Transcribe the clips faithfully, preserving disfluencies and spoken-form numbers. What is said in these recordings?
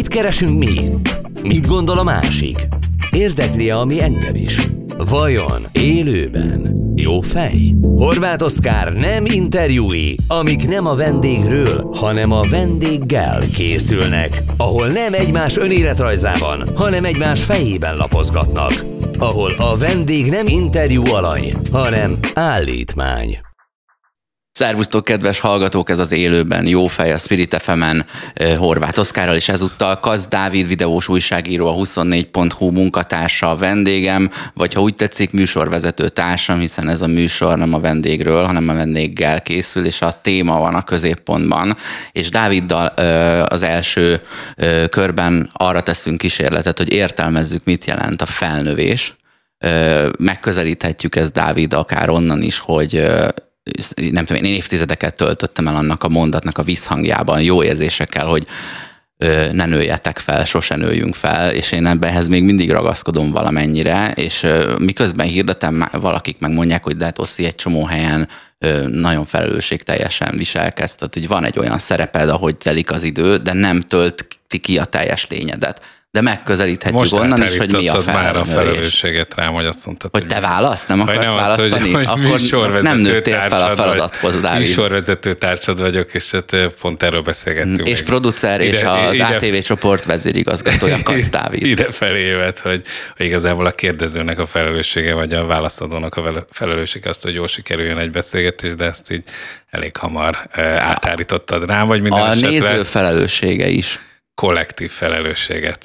Mit keresünk mi itt? Mit gondol a másik? Érdekli, ami engem is. Vajon élőben jó fej? Horváth Oszkár nem interjúi, amik nem a vendégről, hanem a vendéggel készülnek. Ahol nem egymás önéletrajzában, hanem egymás fejében lapozgatnak. Ahol a vendég nem interjú alany, hanem állítmány. Szervusztok, kedves hallgatók, ez az élőben jó fej a Spirit ef emen Horváth Oszkárral, és ezúttal Kasz Dávid, videós újságíró, a huszonnégy pont hu munkatársa, a vendégem, vagy ha úgy tetszik, műsorvezető társam, hiszen ez a műsor nem a vendégről, hanem a vendéggel készül, és a téma van a középpontban. És Dáviddal az első körben arra teszünk kísérletet, hogy értelmezzük, mit jelent a felnövés. Megközelíthetjük ezt, Dávid, akár onnan is, hogy nem tudom, én évtizedeket töltöttem el annak a mondatnak a visszhangjában, jó érzésekkel, hogy ö, ne nőjetek fel, sose nőjünk fel, és én ebben ehhez még mindig ragaszkodom valamennyire, és ö, miközben hirdetem, valakik megmondják, hogy de hát Oszi, egy csomó helyen ö, nagyon felelősségteljesen viselkedsz, tehát hogy van egy olyan szereped, ahogy telik az idő, de nem tölti ki a teljes lényedet. De megközelíthetjük most onnan is, hogy mi a felnövés. Már a felelősséget rám, hogy azt mondtad, hogy, hogy te válasz, nem akarsz nem választani? Az, hogy, akkor nem nőttél fel a feladathoz, Dávid. Műsorvezető társad vagyok, és hát pont erről beszélgettünk. És producer, ide, és az ide, á té vé csoport vezérigazgatója, Kasz Dávid. Ide felé jövet, hogy, hogy igazából a kérdezőnek a felelőssége, vagy a válaszadónak a felelőssége azt, hogy jól sikerüljön egy beszélgetés, de ezt így elég hamar átállítottad rám, vagy minden A esetre néző felelőssége is. Kollektív felelősséget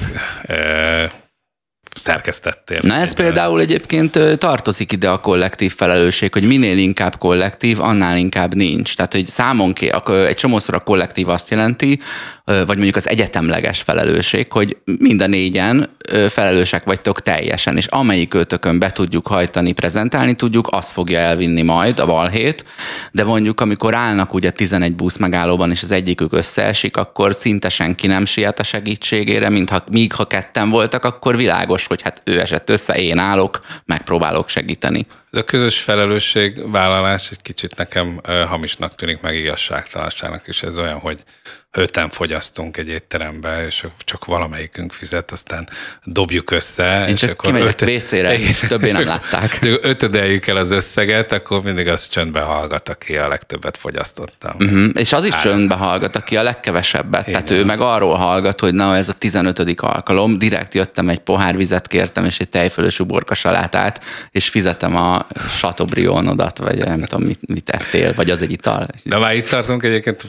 e, szerkesztettél. Na ez például egyébként tartozik ide a kollektív felelősség, hogy minél inkább kollektív, annál inkább nincs. Tehát, hogy számon ké, egy csomószor a kollektív azt jelenti, vagy mondjuk az egyetemleges felelősség, hogy mind a négyen felelősek vagytok teljesen, és amelyik őtökön be tudjuk hajtani, prezentálni tudjuk, azt fogja elvinni majd a balhét, de mondjuk amikor állnak ugye tizenegy busz megállóban, és az egyikük összeesik, akkor szinte senki nem siet a segítségére, mintha míg ha ketten voltak, akkor világos, hogy hát ő esett össze, én állok, megpróbálok segíteni. Ez a közös felelősségvállalás egy kicsit nekem hamisnak tűnik, meg igazságtalanságnak is. Ez olyan, hogy öten fogyasztunk egy étterembe, és csak valamelyikünk fizet, aztán dobjuk össze. Én és csak akkor kimegyek öt... vécére, és többé nem látták. Ötödeljük el az összeget, akkor mindig az csöndbe hallgat, aki a legtöbbet fogyasztottam. Uh-huh. És az is Három. csöndbe hallgat, aki a legkevesebbet. Igen. Tehát ő meg arról hallgat, hogy na, ez a tizenötödik alkalom, direkt jöttem, egy pohár vizet kértem, és egy tejfölös uborka salátát, és fizetem a Chateaubriandodat, vagy nem tudom, mit, mit ettél, vagy az egy ital. De már itt tartunk egyébként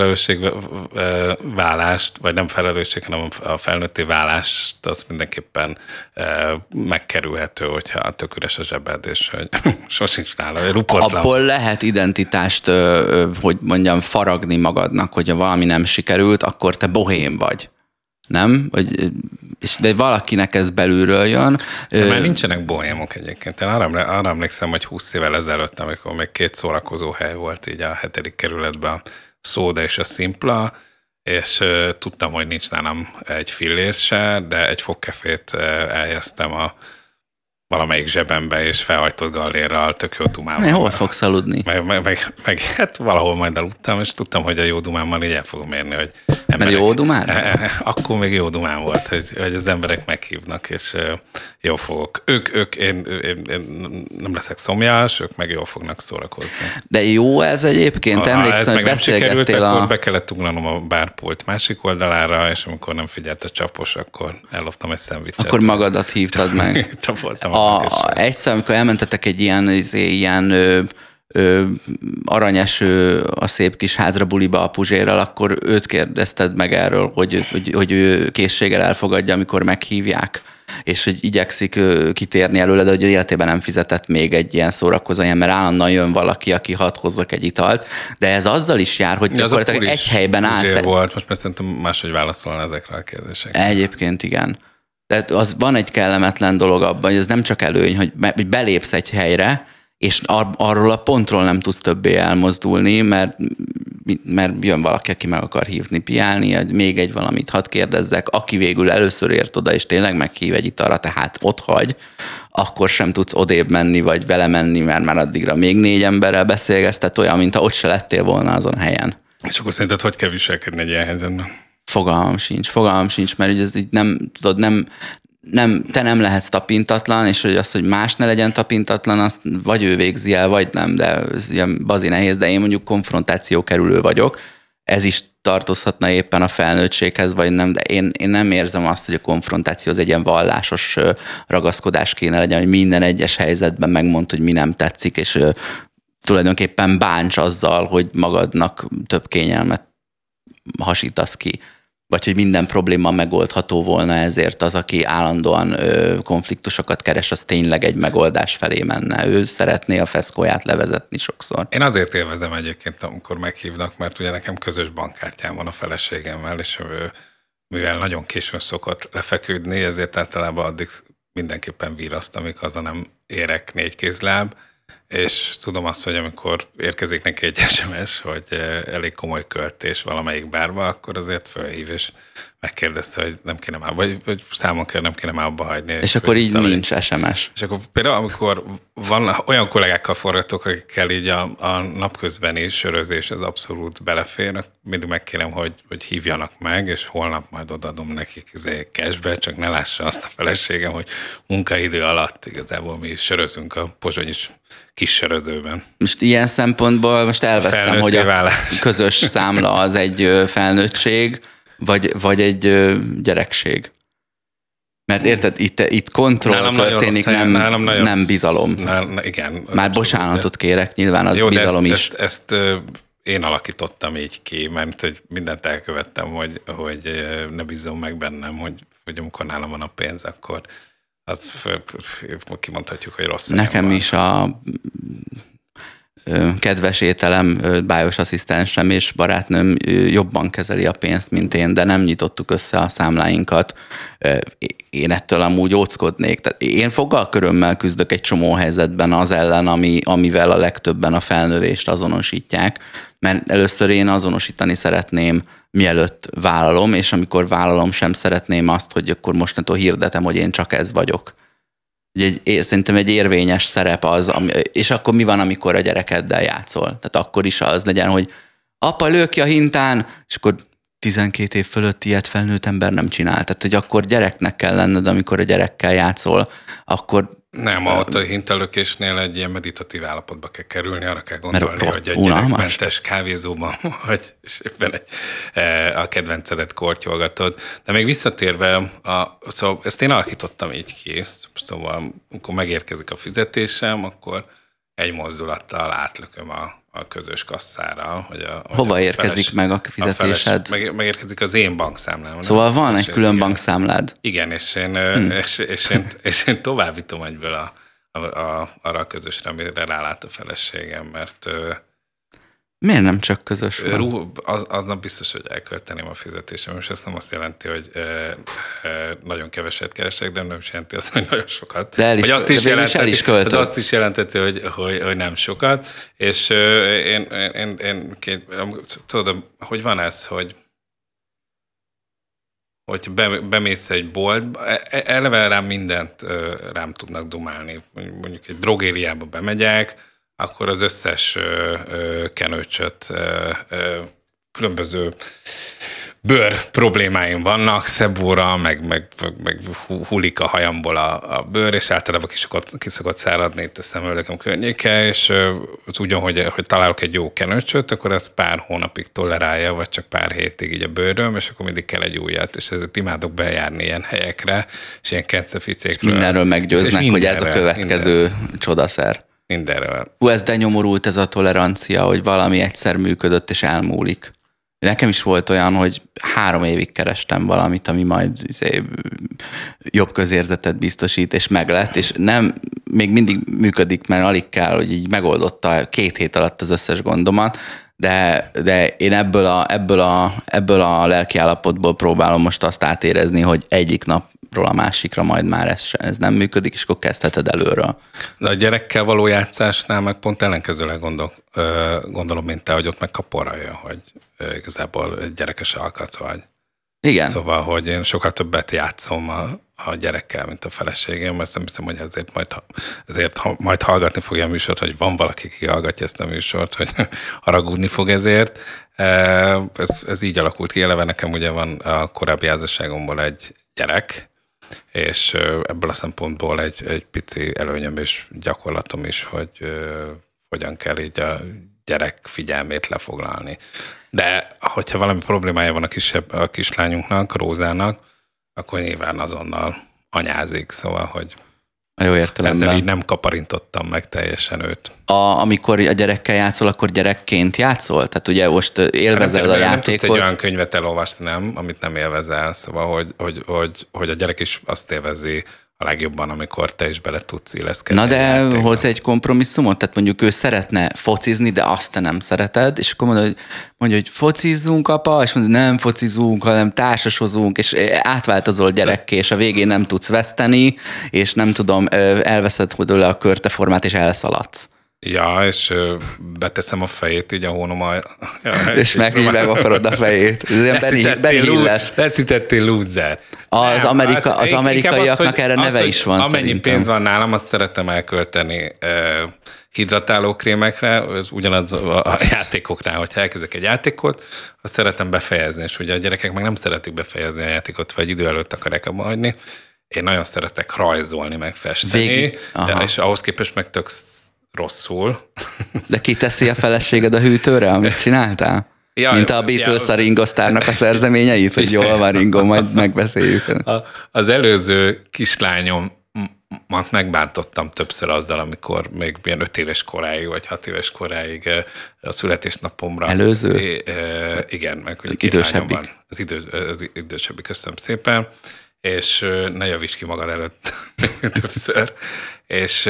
felelősségvállást, vagy nem felelősség, hanem a felnőtté válást, az mindenképpen megkerülhető, hogyha tök üres a zsebed, és hogy sosincs nála, rupotlan. Abból lehet identitást, hogy mondjam, faragni magadnak, hogyha valami nem sikerült, akkor te bohém vagy. Nem? Vagy, és de valakinek ez belülről jön. De már nincsenek bohémok egyébként. Én arra, arra emlékszem, hogy húsz évvel ezelőtt, amikor még két szórakozó hely volt így a hetedik kerületben, a Szóda és a Szimpla, és uh, tudtam, hogy nincs nálam egy fillér se, de egy fogkefét uh, elhelyeztem a valamelyik zsebembe, és felhajtott gallérral, tök jó dumával. Hol fogsz aludni? Meg, meg, meg, meg hát valahol majd aludtam, és tudtam, hogy a jó dumámmal így el fogom érni, hogy emberek, mert jó dumán? Akkor még jó dumán volt, hogy, hogy az emberek meghívnak, és uh, jó fogok. Ők, ők én, én, én nem leszek szomjas, ők meg jól fognak szórakozni. De jó ez egyébként? Ha, emlékszem, ha ez meg nem sikerült, a... akkor be kellett ugranom a bárpult másik oldalára, és amikor nem figyelt a csapos, akkor elloptam egy szendvicset. Akkor magadat hívtad meg. Csapoltam. A, egyszer, amikor elmentetek egy ilyen, ilyen ö, ö, aranyeső a szép kis házra buliba a Puzsérral, akkor őt kérdezted meg erről, hogy, hogy, hogy ő készséggel elfogadja, amikor meghívják, és hogy igyekszik kitérni előle, de hogy életében nem fizetett még egy ilyen szórakozó helyen, mert állandóan jön valaki, aki hadd hozzak egy italt, de ez azzal is jár, hogy gyakorlatilag egy helyben állsz. Volt, most már szerintem máshogy válaszolna ezekre a kérdésekre. Egyébként igen. Tehát az van egy kellemetlen dolog abban, hogy ez nem csak előny, hogy, be, hogy belépsz egy helyre, és ar, arról a pontról nem tudsz többé elmozdulni, mert, mert jön valaki, aki meg akar hívni, piálni, hogy még egy valamit hadd kérdezzek, aki végül először ért oda, és tényleg meghív egy italra, tehát ott hagy, akkor sem tudsz odébb menni, vagy vele menni, mert már addigra még négy emberrel beszélgetsz, tehát olyan, mintha ott se lettél volna azon a helyen. És akkor szerinted hogy kell viselkedni egy ilyen helyzetben? Fogalmam sincs, fogalmam sincs, mert ez így nem, tudod, nem, nem, te nem lehetsz tapintatlan, és hogy az, hogy más ne legyen tapintatlan, azt vagy ő végzi el, vagy nem, de ez ilyen bazi nehéz, de én mondjuk konfrontáció kerülő vagyok. Ez is tartozhatna éppen a felnőttséghez, vagy nem, de én, én nem érzem azt, hogy a konfrontáció az egy ilyen vallásos ragaszkodás kéne legyen, hogy minden egyes helyzetben megmond, hogy mi nem tetszik, és tulajdonképpen bánts azzal, hogy magadnak több kényelmet hasítasz ki. Vagy hogy minden probléma megoldható volna, ezért az, aki állandóan ö, konfliktusokat keres, az tényleg egy megoldás felé menne. Ő szeretné a feszkóját levezetni sokszor. Én azért élvezem egyébként, amikor meghívnak, mert ugye nekem közös bankkártyám van a feleségemmel, és ő, mivel nagyon későn szokott lefeküdni, ezért általában addig mindenképpen víraszt, amíg haza nem érek négy kézláb, és tudom azt, hogy amikor érkezik neki egy es em es, hogy elég komoly költés valamelyik bárba, akkor azért fölhív, és megkérdezte, hogy nem kéne már, vagy, vagy számon kell, nem kéne már abba hagyni. És akkor így nincs es em es. És akkor például, amikor van, olyan kollégákkal forgatok, akikkel így a, a napközbeni sörözés az abszolút belefér, mindig megkérem, hogy, hogy hívjanak meg, és holnap majd odaadom nekik cashbe, csak ne lássa azt a feleségem, hogy munkaidő alatt igazából mi sörözünk a pozsonyi kis sörözőben. Most ilyen szempontból most elvesztem, hogy a válás. Közös számla az egy felnőttség, vagy, vagy egy gyerekség. Mert érted, itt, itt kontroll történik, nem, nem bizalom. Nálam, igen. Már bocsánatot de... kérek, nyilván az jó, bizalom ezt, is. Ezt, ezt én alakítottam így ki, mert hogy mindent elkövettem, hogy, hogy ne bízzon meg bennem, hogy, hogy amikor nálam van a pénz, akkor az kimondhatjuk, hogy rossz. Nekem is a kedves ételem, bájos asszisztensem és barátnőm jobban kezeli a pénzt, mint én, de nem nyitottuk össze a számláinkat. Én ettől amúgy óckodnék. Tehát én fogalkörömmel küzdök egy csomó helyzetben az ellen, ami, amivel a legtöbben a felnövést azonosítják, mert először én azonosítani szeretném, mielőtt vállalom, és amikor vállalom, sem szeretném azt, hogy akkor mostantól hirdetem, hogy én csak ez vagyok. Egy, szerintem egy érvényes szerep az, ami, és akkor mi van, amikor a gyerekeddel játszol? Tehát akkor is az legyen, hogy apa, lő ki a hintán, és akkor tizenkét év fölött ilyet felnőtt ember nem csinál. Tehát, hogy akkor gyereknek kell lenned, amikor a gyerekkel játszol, akkor... Nem, ott a hintelökésnél egy ilyen meditatív állapotba kell kerülni, arra kell gondolni, hogy egy gyerekmentes kávézóban vagy, és éppen egy, a kedvencedet kortyolgatod. De még visszatérve, a, szóval ezt én alakítottam így ki, szóval amikor megérkezik a fizetésem, akkor egy mozdulattal átlököm a a közös kasszára. Hogy a, Hova hogy a érkezik feles, meg a fizetésed? A feles, meg, megérkezik az én bankszámlám. Szóval nem? van és egy külön igen, bankszámlád? Igen, és én, hmm. és, és én, és én továbbítom egyből a, a, a, arra a közösre, amire rálát a feleségem, mert... Miért nem csak közös van? Rú, az, aznap biztos, hogy elkölteném a fizetésem, és ezt nem azt jelenti, hogy e, e, nagyon keveset keresek, de nem is jelenti azt, hogy nagyon sokat. De el is, azt is de jelenteti, el is költöd. az azt is jelenteti, hogy, hogy, hogy nem sokat, és e, én, én, én két, tudod, hogy van ez, hogy hogy be, bemész egy boltba, eleve rám mindent rám tudnak dumálni. Mondjuk egy drogériába bemegyek, akkor az összes ö, ö, kenőcsöt, ö, ö, különböző bőr problémáim vannak, szebóra, meg, meg, meg hullik a hajamból a, a bőr, és általában ki szokott, ki szokott száradni itt a szemöldököm környéke, és az ugyan, hogy, hogy találok egy jó kenőcsöt, akkor ez pár hónapig tolerálja, vagy csak pár hétig így a bőröm, és akkor mindig kell egy újat, és ezért imádok bejárni ilyen helyekre, és ilyen kenceficékről. Mindenről meggyőznek, és hogy ez a következő minden. Csodaszer. Mindenről. Hú, ez de nyomorult ez a tolerancia, hogy valami egyszer működött és elmúlik. Nekem is volt olyan, hogy három évig kerestem valamit, ami majd izé, jobb közérzetet biztosít, és meglett, és nem, még mindig működik, mert alig kell, hogy így megoldotta két hét alatt az összes gondomat, de, de én ebből a, ebből, a, ebből a lelkiállapotból próbálom most azt átérezni, hogy egyik napról a másikra majd már ez, ez nem működik, és akkor kezdheted előről. De a gyerekkel való játszásnál meg pont ellenkezőleg gondol, gondolom, mint te, hogy ott meg kaporra jön, hogy igazából egy gyerekes alkat vagy. Igen. Szóval, hogy én sokkal többet játszom a, a gyerekkel, mint a feleségem, mert nem hiszem, hogy ezért majd, ezért majd hallgatni fogja a műsort, hogy van valaki, ki hallgatja ezt a műsort, hogy haragudni fog ezért. Ez, ez így alakult ki. Eleve nekem ugye van a korábbi házasságomból egy gyerek, és ebből a szempontból egy, egy pici előnyöm és gyakorlatom is, hogy hogyan kell így a gyerek figyelmét lefoglalni. De hogyha valami problémája van a, kisebb, a kislányunknak, Rózának, akkor nyilván azonnal anyázik, szóval, hogy jó értelemben. Ezzel így nem kaparintottam meg teljesen őt. A, amikor a gyerekkel játszol, akkor gyerekként játszol? Tehát ugye most élvezel a játékot? Nem tudsz egy olyan könyvet elolvasni, nem, amit nem élvezel. Szóval, hogy, hogy, hogy, hogy a gyerek is azt élvezi a legjobban, amikor te is bele tudsz illeszkedni. Na de hoz egy kompromisszumot? Tehát mondjuk ő szeretne focizni, de azt te nem szereted, és akkor mondod, hogy, mondja, hogy focizzunk, apa, és mondod, nem focizunk, hanem társasozunk, és átváltozol gyerekké, és a végén nem tudsz veszteni, és nem tudom, elveszed tőle a körteformát, és elszaladsz. Ja, és beteszem a fejét így a hónom a... Ja, és meg így meg akarod a fejét. Ez ilyen Benny Hilles. Leszítettél loser. Az, nem, Amerika, hát, az amerikaiaknak az, erre az, neve is van amennyi szerintem. Pénz van nálam, azt szeretem elkölteni uh, hidratáló krémekre, ez ugyanaz a játékoknál, hogyha elkezdek egy játékot, azt szeretem befejezni, és ugye a gyerekek meg nem szeretik befejezni a játékot, vagy idő előtt akarják abba hagyni. Én nagyon szeretek rajzolni, meg festeni, és ahhoz képest meg tök rosszul. De kiteszi a feleséged a hűtőre, amit csináltál? Ja, mint a Beatles ja, a Ringo Starrnak a szerzeményeit, hogy jól van Ringo, majd megbeszéljük. A, az előző kislányomat megbántottam többször azzal, amikor még milyen öt éves koráig, vagy hat éves koráig a születésnapomra. Előző? É, e, igen, meg hogy idősebbik. Van. Az, idő, az idősebbik, köszönöm szépen. És ne javíts ki magad előtt többször. És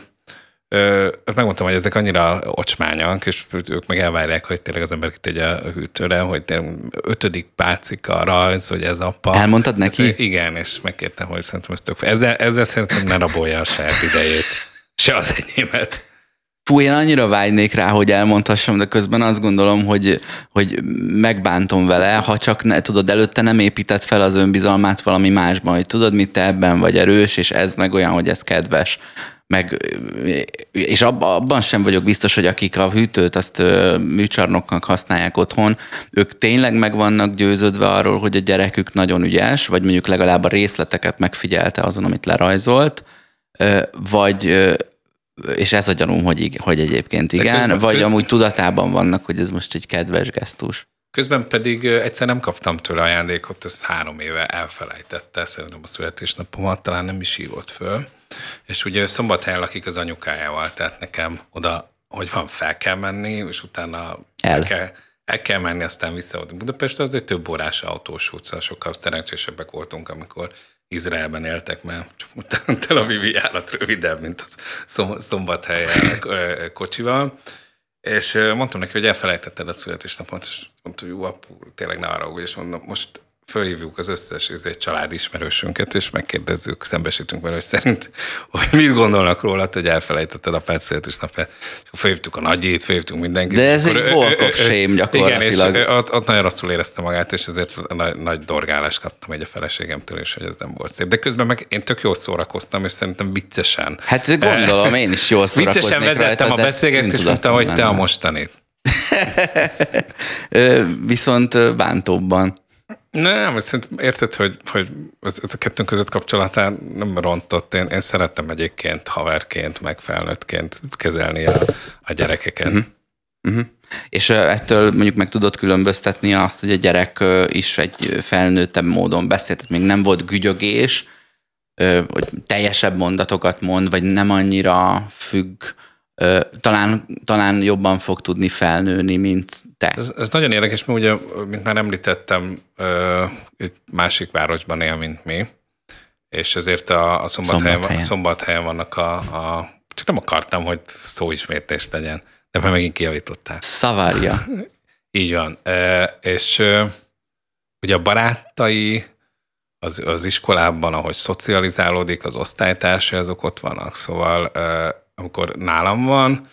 Ö, megmondtam, hogy ezek annyira ocsmányak, és ők meg elvárják, hogy tényleg az ember kitegye a hűtőre, hogy ötödik pálcika rajz, hogy ez apa. Elmondtad neki? Ez, igen, és megkértem, hogy szerintem ez tök... Ezzel, ezzel szerintem ne rabolja a saját idejét. Se az enyémet. Fú, én annyira vágynék rá, hogy elmondhassam, de közben azt gondolom, hogy, hogy megbántom vele, ha csak ne, tudod, előtte nem épített fel az önbizalmát valami másban, hogy tudod, mit te ebben vagy erős, és ez meg olyan, hogy ez kedves. Meg, és abban sem vagyok biztos, hogy akik a hűtőt azt műcsarnoknak használják otthon, ők tényleg meg vannak győződve arról, hogy a gyerekük nagyon ügyes, vagy mondjuk legalább a részleteket megfigyelte azon, amit lerajzolt, vagy, és ez a gyanúm, hogy, hogy egyébként igen, közben, vagy közben, amúgy tudatában vannak, hogy ez most egy kedves gesztus. Közben pedig egyszer nem kaptam tőle ajándékot, ezt három éve elfelejtette, szerintem a születésnapomat, talán nem is hívott föl. És ugye Szombathelyen lakik az anyukájával, tehát nekem oda, hogy van, fel kell menni, és utána el, el, kell, el kell menni, aztán vissza Budapestre, az egy több órás autós út, szóval sokkal szerencsésebbek voltunk, amikor Izraelben éltek, mert csak utána Tel Avivi járat rövidebb, mint az Szombathelyen kocsival. És mondtam neki, hogy elfelejtetted a születésnapot, és mondtam, hogy jó, apu, tényleg ne arra, és mondom, most fölhívjuk az összes egy család ismerősünket, és megkérdezzük, szembesítünk vele, hogy szerint, hogy mit gondolnak rólad, hogy elfelejtetted a pár születésnapját. És akkor fölhívtuk a nagyét, fölhívtuk mindenkit. De ez egy walk of shame gyakorlatilag. Igen, és ott, ott nagyon rosszul érezte magát, és ezért nagy, nagy dorgálást kaptam egy a feleségemtől, és hogy ez nem volt szép. De közben meg én tök jól szórakoztam, és szerintem viccesen. Hát gondolom, én is jól szórakoznék viccesen vezettem rajta, a beszélgetést, mondta, hogy te a mostanit. Viszont bántóbban. Nem, szerintem érted, hogy, hogy ez a kettőnk között kapcsolatán nem rontott. Én, én szerettem egyébként haverként, meg felnőttként kezelni a, a gyerekeket. Uh-huh. Uh-huh. És ettől mondjuk meg tudod különböztetni azt, hogy a gyerek is egy felnőttebb módon beszélt, tehát még nem volt gügyögés, hogy teljesebb mondatokat mond, vagy nem annyira függ, talán, talán jobban fog tudni felnőni, mint te. Ez, ez nagyon érdekes, mert ugye, mint már említettem, egy másik városban él, mint mi, és ezért a, a Szombathelyen, Szombathelyen. Szombathelyen vannak a, a... Csak nem akartam, hogy szóismétés legyen, de már megint kijavítottál. Szavarja. Így van. És ugye a barátai az, az iskolában, ahogy szocializálódik, az osztálytársai, azok ott vannak. Szóval amikor nálam van,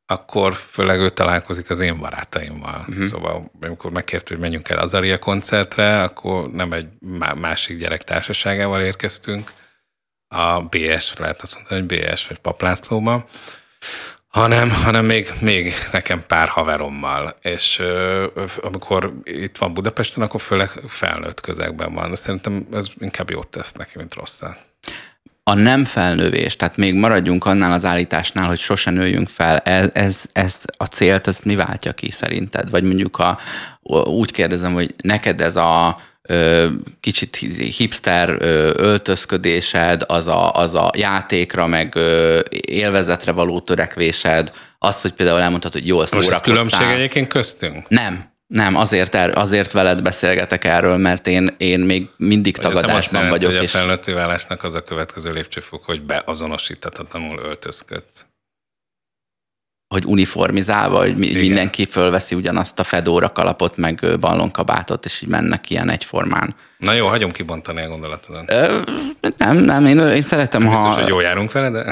akkor főleg ő találkozik az én barátaimmal. Uh-huh. Szóval amikor megkért, hogy menjünk el Azaria koncertre, akkor nem egy másik gyerek társaságával érkeztünk, a bé es, lehet azt mondani, hogy bé es vagy Paplászlóban, hanem, hanem még, még nekem pár haverommal. És ö, amikor itt van Budapesten, akkor főleg felnőtt közegben van. Szerintem ez inkább jót tesz neki, mint rosszat. A nem felnövés, tehát még maradjunk annál az állításnál, hogy sose nőjünk fel, ez, ez, ez a célt, ezt mi váltja ki szerinted? Vagy mondjuk a, úgy kérdezem, hogy neked ez a ö, kicsit hipster ö, öltözködésed, az a, az a játékra, meg ö, élvezetre való törekvésed, az, hogy például elmondtad, hogy jól szórakoztál. Most ez különbség egyébként köztünk? Nem. Nem, azért, azért veled beszélgetek erről, mert én, én még mindig hogy tagadásban azt vagyok. Hogy és... a felnőtté válásnak az a következő lépcsőfok, hogy beazonosíthatatlanul öltözködsz. Hogy uniformizálva, hogy igen. Mindenki fölveszi ugyanazt a fedóra kalapot, meg ballonkabátot, és így mennek ilyen egyformán. Na jó, hagyom kibontani a gondolatodat. Ö, nem, nem, én, én szeretem, biztos, ha... Biztos, hogy jól járunk vele, de...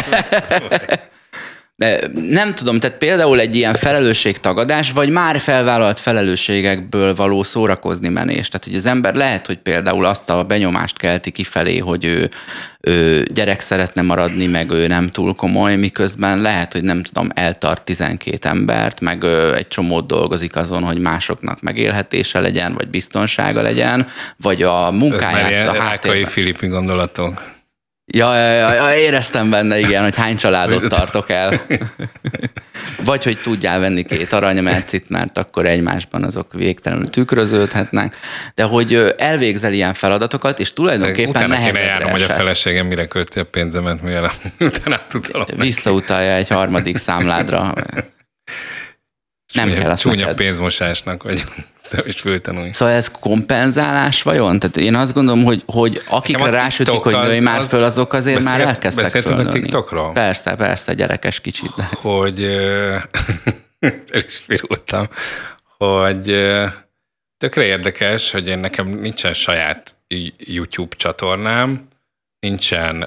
Nem tudom, tehát például egy ilyen felelősségtagadás, vagy már felvállalt felelősségekből való szórakozni menés. Tehát, hogy az ember lehet, hogy például azt a benyomást kelti kifelé, hogy ő, ő gyerek szeretne maradni, meg ő nem túl komoly, miközben lehet, hogy nem tudom, eltart tizenkét embert, meg ő egy csomót dolgozik azon, hogy másoknak megélhetése legyen, vagy biztonsága legyen, vagy a munkáját... Ez már ilyen Rákai Filippi gondolatok. Ja, ja, ja, éreztem benne, igen, hogy hány családot tartok el. Vagy hogy tudjál venni két aranymercit, mert akkor egymásban azok végtelenül tükröződhetnek. De hogy elvégzel ilyen feladatokat, és tulajdonképpen nehezedre utána kéne járnom, hogy a feleségem mire költi a pénzemet, mivel utána tudalom. Visszautalja egy harmadik számládra. Nem csúnya, kell azt csúnya neked. Pénzmosásnak, vagy is föltanulni. Szóval ez kompenzálás vajon? Tehát én azt gondolom, hogy, hogy akikre rásütik, hogy nőj már föl, azok azért beszélt, már elkezdtek beszéltünk fölnőni. a TikTokról? Persze, persze, gyerekes kicsit. Hogy, el is pirultam, hogy tökre érdekes, hogy én nekem nincsen saját YouTube csatornám, nincsen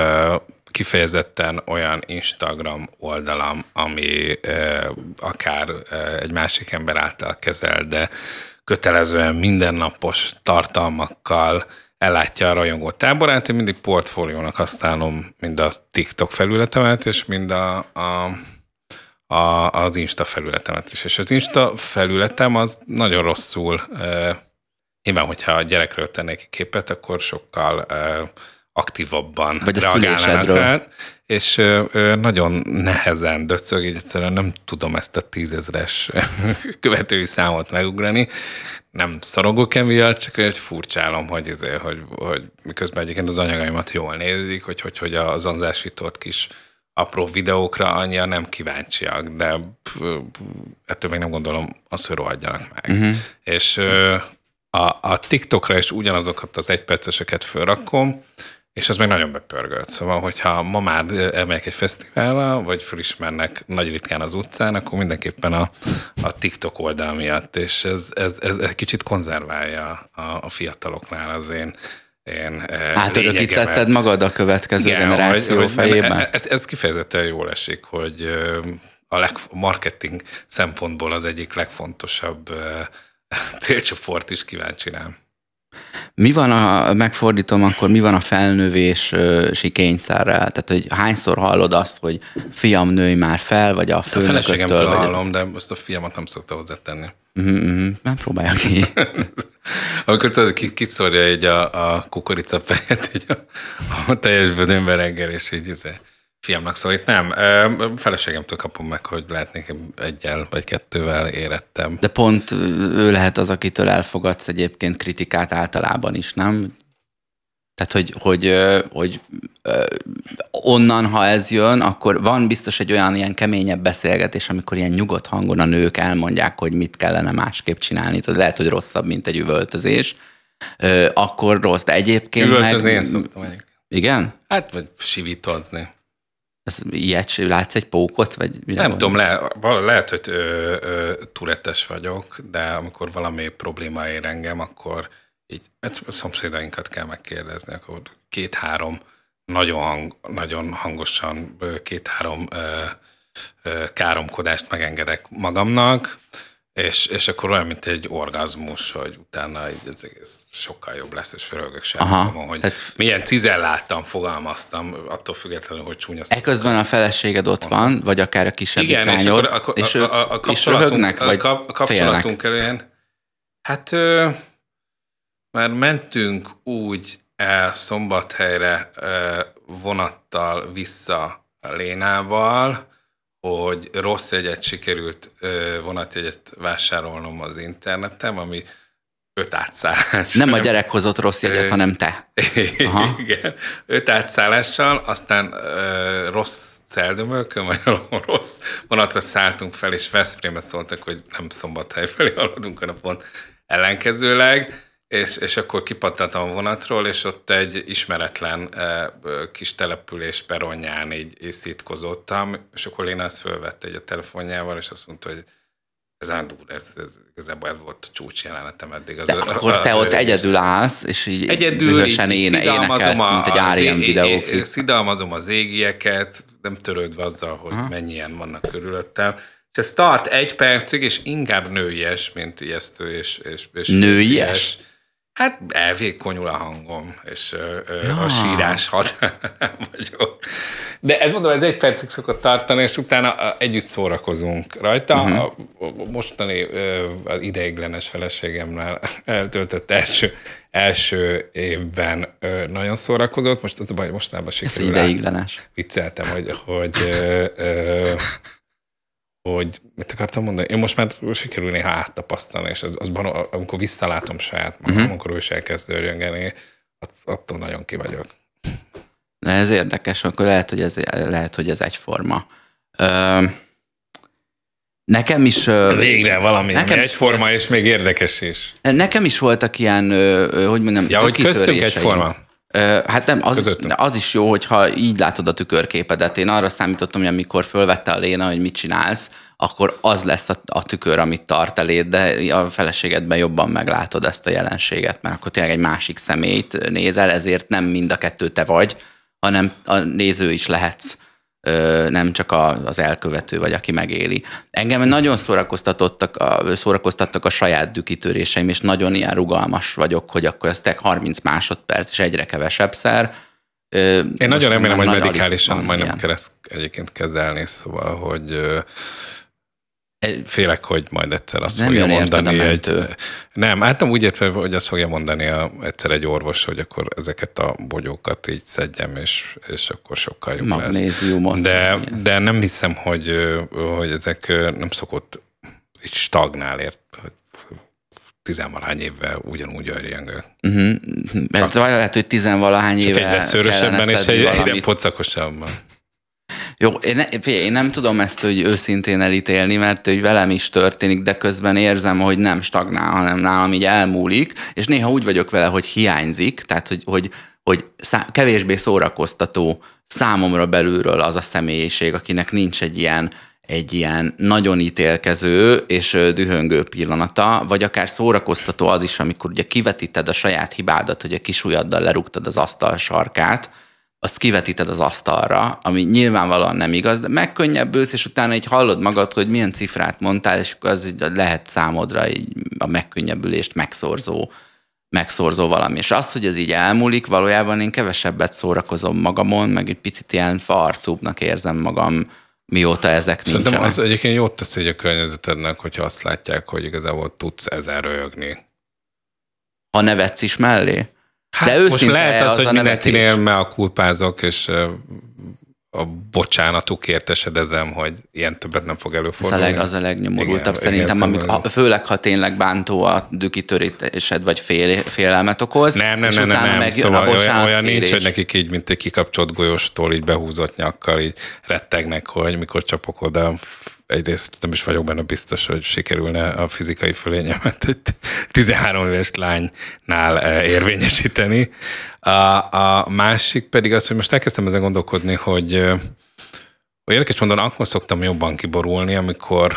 kifejezetten olyan Instagram oldalam, ami eh, akár eh, egy másik ember által kezel, de kötelezően mindennapos tartalmakkal ellátja a rajongó táborát. Én mindig portfóliónak használom mind a TikTok felületemet, és mind a, a, a, az Insta felületemet is. És az Insta felületem az nagyon rosszul, eh, nyilván, hogyha a gyerekről tennék képet, akkor sokkal eh, aktívabban vagy a szülésedről. És ö, ö, nagyon nehezen döcög, így egyszerűen nem tudom ezt a tízezres követői számot megugrani. Nem szorongok emiatt, csak egy furcsálom, hogy, ezért, hogy, hogy miközben egyébként az anyagaimat jól nézik, hogy, hogy, hogy a zanzásított kis apró videókra annyian nem kíváncsiak, de ettől még nem gondolom azt, hogy rohadjanak meg. Uh-huh. És ö, a, a TikTokra is ugyanazokat az egyperceseket fölrakom, és ez meg nagyon bepörgött. Szóval, hogyha ma már elmegyek egy fesztiválra, vagy felismernek nagy ritkán az utcán, akkor mindenképpen a, a TikTok oldal miatt, és ez, ez, ez egy kicsit konzerválja a, a fiataloknál az én, én átörökítetted magad a következő igen, generáció hogy, fejében? Ez, ez kifejezetten jól esik, hogy a leg, marketing szempontból az egyik legfontosabb célcsoport is kíváncsi rám. Mi van a, megfordítom, akkor mi van a felnövési kényszerrel? Tehát, hogy hányszor hallod azt, hogy fiam, nőj már fel, vagy a főnököttől? A feleségemtől vagy hallom, de azt a fiamat nem szokta hozzátenni. Uh-huh, uh-huh. Nem próbálja ki. Amikor tudod, ki, kiszorja így a, a kukoricafejet így a, a teljes bödönbe reggel, és így ez fiamnak szólít. Nem, feleségemtől kapom meg, hogy lehetnék egyel vagy kettővel érettem. De pont ő lehet az, akitől elfogadsz egyébként kritikát általában is, nem? Tehát, hogy, hogy, hogy onnan, ha ez jön, akkor van biztos egy olyan ilyen keményebb beszélgetés, amikor ilyen nyugodt hangon a nők elmondják, hogy mit kellene másképp csinálni. Tehát lehet, hogy rosszabb, mint egy üvöltözés. Akkor rossz, de egyébként üvöltözni meg... én szoktam egyébként. Igen? Hát, vagy sivítozni. Ez ilyet, látsz egy pókot? Vagy nem tudom, le, lehet, hogy ö, ö, turettes vagyok, de amikor valami probléma ér engem, akkor így a szomszédainkat kell megkérdezni, akkor két-három nagyon, hang, nagyon hangosan, két-három káromkodást megengedek magamnak, és, és akkor olyan, mint egy orgazmus, hogy utána ez egész sokkal jobb lesz, és fölölgök sem magam, hogy tehát milyen cizelláltan fogalmaztam, attól függetlenül, hogy csúnya szó. Eközben a feleséged ott van, vagy akár a kisebbik igen, lányod, és, akkor, és a, a, a, a ők is röhögnek, vagy a kapcsolatunk előjén. Hát ö, már mentünk úgy el Szombathelyre ö, vonattal vissza a Lénával, hogy rossz jegyet sikerült ö, vonatjegyet vásárolnom az interneten, ami öt átszállás. Nem a gyerek hozott rossz jegyet, ö, hanem te. Aha. Igen, öt átszállással, aztán ö, rossz Celdömölkön, vagy rossz vonatra szálltunk fel, és Veszprémbe szóltak, hogy nem Szombathely felé haladunk, hanem pont ellenkezőleg, és, és akkor kipattantam a vonatról, és ott egy ismeretlen e, kis település peronján így, így szitkozottam, és akkor Léna ezt fölvette egy a telefonjával, és azt mondta, hogy ez nem durva, ez, ez, igazából ez volt a csúcs jelenetem eddig. Az, De az, akkor az, te az ott egyedül állsz, és így egyedül dühösen így éne, énekelsz, a, mint egy á er em videó. Szidalmazom az égieket, nem törődve azzal, hogy aha, mennyien vannak körülöttem. És ez tart egy percig, és inkább nőies, mint ijesztő és, és, és nőies? Hát elvékonyul a hangom, és ja, a sírás határán vagyok. De ez mondom, ez egy percig szokott tartani, és utána együtt szórakozunk rajta. Uh-huh. A mostani az ideiglenes feleségemmel eltöltött első, első évben nagyon szórakozott. Most az a baj, hogy mostanában sikerül. Ez ideiglenes. Vicceltem, hogy, hogy ö, ö, hogy mit akartam mondani? Én most már sikerül néha áttapasztalni, és azban, amikor visszalátom saját magam, uh-huh, amikor ő is elkezd örjöngeni, attól nagyon ki vagyok. De ez érdekes, akkor lehet, hogy ez, lehet, hogy ez egyforma. Ö, nekem is... Végre valami, nekem egyforma, volt, és még érdekes is. Nekem is voltak ilyen, hogy mondjam, ja, hogy köztünk egyforma. Hát nem, az, az is jó, hogyha így látod a tükörképedet. Én arra számítottam, hogy amikor fölvette a Léna, hogy mit csinálsz, akkor az lesz a, a tükör, amit tart eléd, de a feleségedben jobban meglátod ezt a jelenséget, mert akkor tényleg egy másik személyt nézel, ezért nem mind a kettő te vagy, hanem a néző is lehetsz, nem csak az elkövető vagy, aki megéli. Engem nagyon szórakoztatottak a, szórakoztattak a saját dükitöréseim, és nagyon ilyen rugalmas vagyok, hogy akkor ez harminc másodperc, és egyre kevesebb szer. Én most nagyon remélem, hogy medikálisan majd nem kell ezt egyébként kezelni, szóval, hogy félek, hogy majd egyszer azt nem fogja mondani. Egy, nem, hát nem úgy értve, hogy azt fogja mondani a, egyszer egy orvos, hogy akkor ezeket a bogyókat így szedjem, és, és akkor sokkal jobb magnéziumot. De, de nem hiszem, hogy, hogy ezek nem szokott így stagnál, ért, tizenvalahány évvel ugyanúgy örjöngök. Uh-huh. Csak, lehet, hogy tizenvalahány éve csak egyre szőrösebben és egy, egyre pocakosabban. Jó, én, ne, én nem tudom ezt hogy őszintén elítélni, mert hogy velem is történik, de közben érzem, hogy nem stagnál, hanem nálam így elmúlik, és néha úgy vagyok vele, hogy hiányzik, tehát hogy, hogy, hogy szá, kevésbé szórakoztató számomra belülről az a személyiség, akinek nincs egy ilyen, egy ilyen nagyon ítélkező és dühöngő pillanata, vagy akár szórakoztató az is, amikor ugye kivetíted a saját hibádat, hogy a kis ujjaddal lerúgtad az asztal sarkát, azt kivetíted az asztalra, ami nyilvánvalóan nem igaz, de megkönnyebbülsz, és utána így hallod magad, hogy milyen cifrát mondtál, és az így lehet számodra így a megkönnyebbülést megszorzó, megszorzó valami. És az, hogy ez így elmúlik, valójában én kevesebbet szórakozom magamon, meg egy picit ilyen faarcúbbnak érzem magam, mióta ezek nincsenek. Szerintem az egyébként jót tesz egy a környezetednek, hogyha azt látják, hogy igazából tudsz ezen röhögni. Ha nevetsz is mellé? Hát de most lehet az, az hogy mindenkinél meakulpázok, és a bocsánatukért esedezem, hogy ilyen többet nem fog előfordulni. Ez a leg, az a legnyomorultabb szerintem, igen, amik, ha, főleg ha tényleg bántó a dükitörésed, vagy fél, félelmet okoz. Nem, nem, nem, nem, nem. Szóval olyan, olyan nincs, hogy nekik így, mint egy kikapcsolt golyóstól, így behúzott nyakkal, így rettegnek, hogy mikor csapok oda. Egyrészt nem is vagyok benne biztos, hogy sikerülne a fizikai fölényemet egy tizenhárom éves lánynál érvényesíteni. A, a másik pedig az, hogy most elkezdtem ezen gondolkodni, hogy, hogy érdekes mondani, akkor szoktam jobban kiborulni, amikor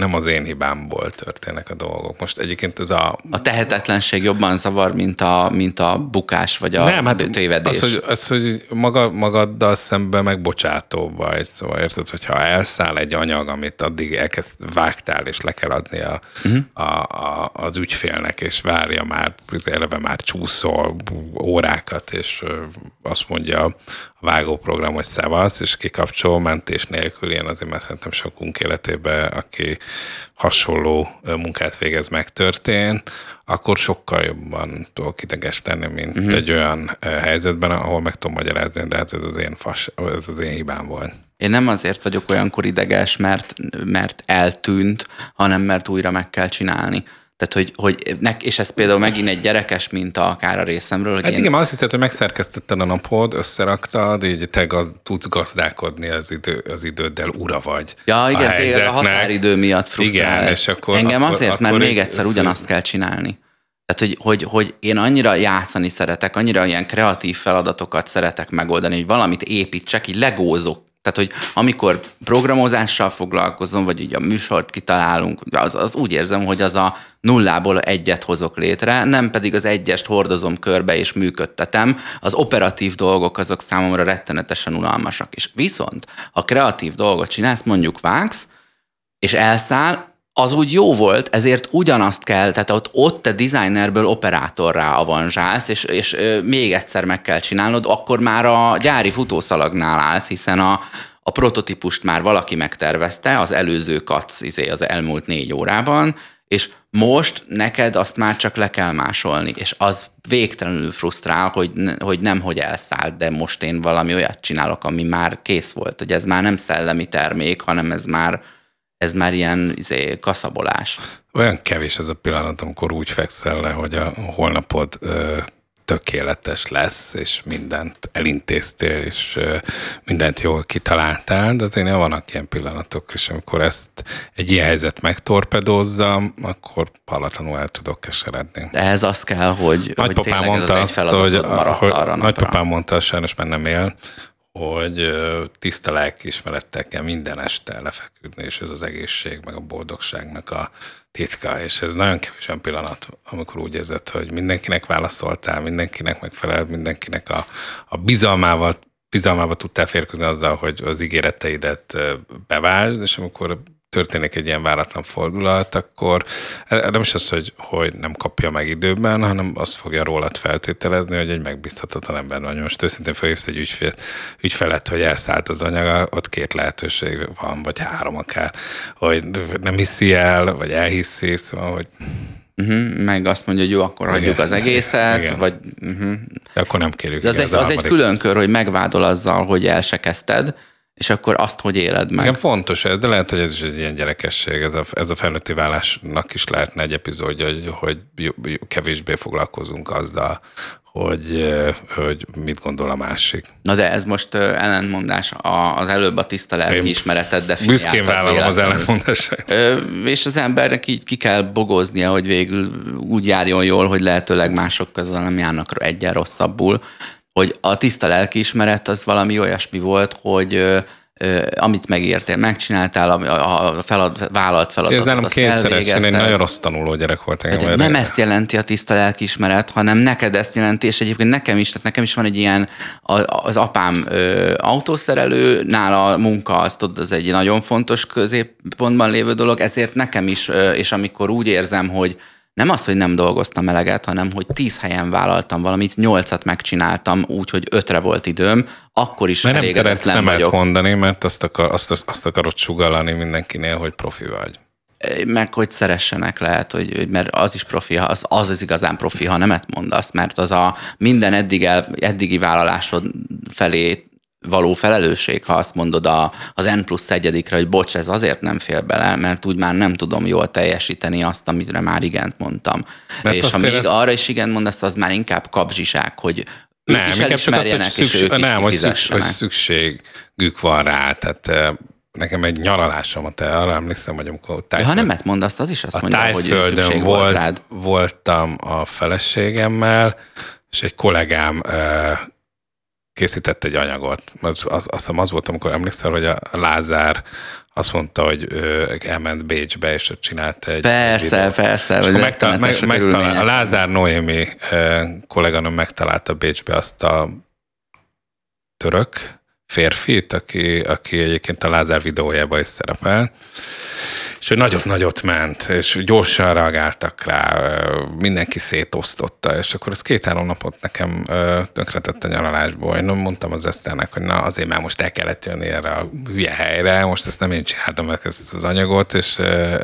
nem az én hibámból történnek a dolgok. Most egyébként ez a... A tehetetlenség jobban zavar, mint a, mint a bukás, vagy a nem, hát tévedés. Az, hogy, az, hogy maga, magaddal szemben megbocsátó vagy. Szóval érted, hogyha elszáll egy anyag, amit addig elkezd vágtál, és le kell adni a, uh-huh. a, a, az ügyfélnek, és várja már, eleve már csúszol órákat, és azt mondja a vágóprogram, hogy szevasz, és kikapcsol mentés nélkül, ilyen azért, mert szerintem sokunk életében, aki hasonló munkát végez, megtörtént, akkor sokkal jobban tudok idegesíteni, mint uh-huh. egy olyan helyzetben, ahol meg tudom magyarázni, de hát ez az én, fas, ez az én hibám volt. Én nem azért vagyok olyankor ideges, mert, mert eltűnt, hanem mert újra meg kell csinálni. Tehát, hogy, hogy nek, és ez például megint egy gyerekes minta akár a részemről. Hogy hát én... igen, azt hiszed, hogy megszerkesztetted a napod, összeraktad, így te gaz, tudsz gazdálkodni az, idő, az időddel, ura vagy. Ja, igen, tényleg a határidő miatt frusztrál. Igen, és akkor, engem akkor, azért, akkor mert még egy, egyszer ugyanazt kell csinálni. Tehát, hogy, hogy, hogy én annyira játszani szeretek, annyira ilyen kreatív feladatokat szeretek megoldani, hogy valamit építsek, így legózok. Tehát, hogy amikor programozással foglalkozom, vagy így a műsort kitalálunk, az, az úgy érzem, hogy az a nullából egyet hozok létre, nem pedig az egyest hordozom körbe és működtetem. Az operatív dolgok azok számomra rettenetesen unalmasak. És viszont, ha kreatív dolgot csinálsz, mondjuk vágsz, és elszáll, az úgy jó volt, ezért ugyanazt kell, tehát ott, ott te designerből operátorrá avanzsálsz, és, és még egyszer meg kell csinálnod, akkor már a gyári futószalagnál állsz, hiszen a, a prototípust már valaki megtervezte, az előző kac izé, az elmúlt négy órában, és most neked azt már csak le kell másolni, és az végtelenül frusztrál, hogy, hogy nem, hogy elszállt, de most én valami olyat csinálok, ami már kész volt, hogy ez már nem szellemi termék, hanem ez már ez már ilyen izé, kaszabolás. Olyan kevés ez a pillanat, amikor úgy fekszel le, hogy a holnapod ö, tökéletes lesz, és mindent elintéztél, és ö, mindent jól kitaláltál, de tényleg vannak ilyen pillanatok, és amikor ezt egy ilyen helyzet megtorpedózza, akkor hallatlanul el tudok keseredni. De ehhez az kell, hogy, hogy tényleg mondta ez az azt, hogy, hogy arra nagypapám mondta, sajnos már nem él, hogy tiszta lelkiismerettel kell minden este lefeküdni, és ez az egészség, meg a boldogságnak a titka, és ez nagyon kevés olyan pillanat, amikor úgy érzed, hogy mindenkinek válaszoltál, mindenkinek megfelel, mindenkinek a, a bizalmával, bizalmával tudtál férkőzni azzal, hogy az ígéreteidet beváld, és amikor történik egy ilyen váratlan fordulat, akkor nem is az, hogy, hogy nem kapja meg időben, hanem azt fogja rólad feltételezni, hogy egy megbízhatatlan ember van. Most őszintén felhívsz egy ügyfél, ügyfelet, hogy elszállt az anyaga, ott két lehetőség van, vagy három akár, hogy nem hiszi el, vagy elhiszi, szóval, hogy... Uh-huh, meg azt mondja, hogy jó, akkor igen, hagyjuk az egészet, igen. vagy... Uh-huh. De akkor nem kérjük. Az, egy, az egy külön kör, hogy megvádol azzal, hogy el se kezdted, és akkor azt, hogy éled meg. Igen, fontos ez, de lehet, hogy ez is egy ilyen gyerekesség, ez a, ez a felnőtté válásnak is lehetne egy epizódja, hogy, hogy kevésbé foglalkozunk azzal, hogy, hogy mit gondol a másik. Na de ez most ellentmondás, az előbb a tiszta lelkiismeretet definiáltak. Büszkén vállalom az ellentmondását. És az embernek így ki kell bogoznia, hogy végül úgy járjon jól, hogy lehetőleg mások közül nem járnak egyen rosszabbul, hogy a tiszta lelkiismeret az valami olyasmi volt, hogy ö, ö, amit megértél, megcsináltál, a, a felad, vállalt feladatot, ez azt elvégezted. Én egy nagyon rossz tanuló gyerek volt. Tehát, nem ezt jelenti a tiszta lelkiismeret, hanem neked ezt jelenti, és egyébként nekem is, tehát nekem is van egy ilyen, az apám ö, autószerelő, nála a munka, azt tudod, az egy nagyon fontos középpontban lévő dolog, ezért nekem is, ö, és amikor úgy érzem, hogy nem az, hogy nem dolgoztam eleget, hanem hogy tíz helyen vállaltam valamit, nyolcat megcsináltam úgy, hogy ötre volt időm, akkor is mert elégedetlen nem vagyok. Nem mondani, mert azt, akar, azt, azt akarod sugallani mindenkinél, hogy profi vagy. Meg hogy szeressenek lehet, hogy, mert az is profi, az, az az igazán profi, ha nemet mondasz, mert az a minden eddig el, eddigi vállalásod felé való felelősség, ha azt mondod a, az N plusz egyedikre, hogy bocs, ez azért nem fél bele, mert úgy már nem tudom jól teljesíteni azt, amire már igent mondtam. Mert és ha még ezt... arra is igen mondasz, az már inkább kapzsiság, hogy ők nem, is elismerjenek, az, és ők nem, is kifizessenek. Nem, hogy szükségük van rá, tehát nekem egy nyaralásom, te arra emlékszem, hogy amikor tájföld... Ha nemet mondasz, az is azt mondja, hogy szükség volt, volt rád. Voltam a feleségemmel, és egy kollégám készített egy anyagot. Az, az, azt hiszem az volt, amikor emlékszel, hogy a Lázár azt mondta, hogy ö, elment Bécsbe, és ott csinált egy Persze, videót. persze. És Vagy megtal- meg, megtalál, a Lázár Noémi ö, kolléganőm megtalálta Bécsbe azt a török férfit, aki, aki egyébként a Lázár videójában is szerepel, és ő nagyot-nagyot ment, és gyorsan reagáltak rá, mindenki szétosztotta, és akkor ez két-három napot nekem tönkretett a nyaralásból. Én mondtam az Eszternek, hogy na azért már most el kellett jönni erre a hülye helyre, most ezt nem én csináltam meg ezt az anyagot, és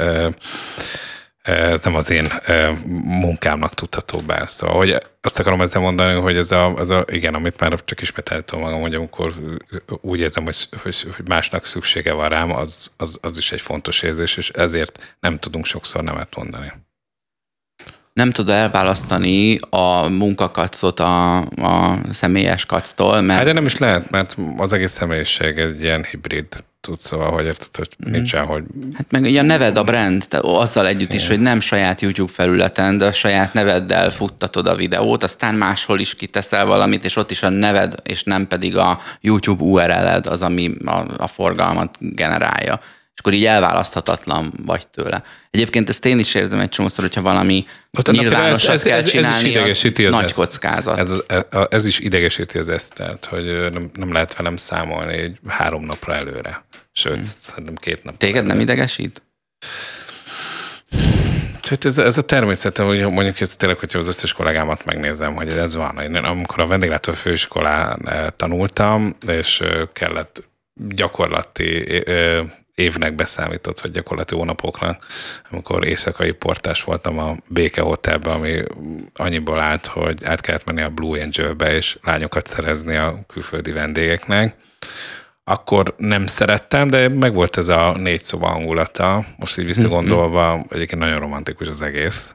ez nem az én munkámnak tudható be. Szóval, hogy azt akarom ezzel mondani, hogy ez a, ez a igen, amit már csak ismételtem magam, hogy amikor úgy érzem, hogy, hogy, hogy másnak szüksége van rám, az, az, az is egy fontos érzés, és ezért nem tudunk sokszor nemet mondani. Nem tud elválasztani a munkakacot a, a személyes kactól, mert... Hát de nem is lehet, mert az egész személyiség egy ilyen hibrid tud, szóval, hogy érted, hogy mm. nincsen, hogy... Hát meg a neved a brand, azzal együtt is, hogy nem saját YouTube felületen, de a saját neveddel futtatod a videót, aztán máshol is kiteszel valamit, és ott is a neved, és nem pedig a YouTube u er el-ed az, ami a, a forgalmat generálja. És akkor így elválaszthatatlan vagy tőle. Egyébként ezt én is érzem egy csomószor, hogyha valami Ott nyilvánosat ez, ez, kell ez, csinálni, ez az az nagy ezt. kockázat. Ez, ez, ez is idegesíti az Esztert, hogy nem, nem lehet velem számolni egy három napra előre. Sőt, hmm. szerintem két napra Téged előre. nem idegesít? Tehát ez, ez a természetem, hogy mondjuk ez tényleg, hogyha az összes kollégámat megnézem, hogy ez van. Én amikor a vendéglátó főiskolán tanultam, és kellett gyakorlati évnek beszámított, vagy gyakorlati hónapoknak, amikor éjszakai portás voltam a Béke Hotelben, ami annyiból állt, hogy át kellett menni a Blue Angelbe, és lányokat szerezni a külföldi vendégeknek. Akkor nem szerettem, de megvolt ez a négy szoba hangulata. Most így visszagondolva, egyébként nagyon romantikus az egész.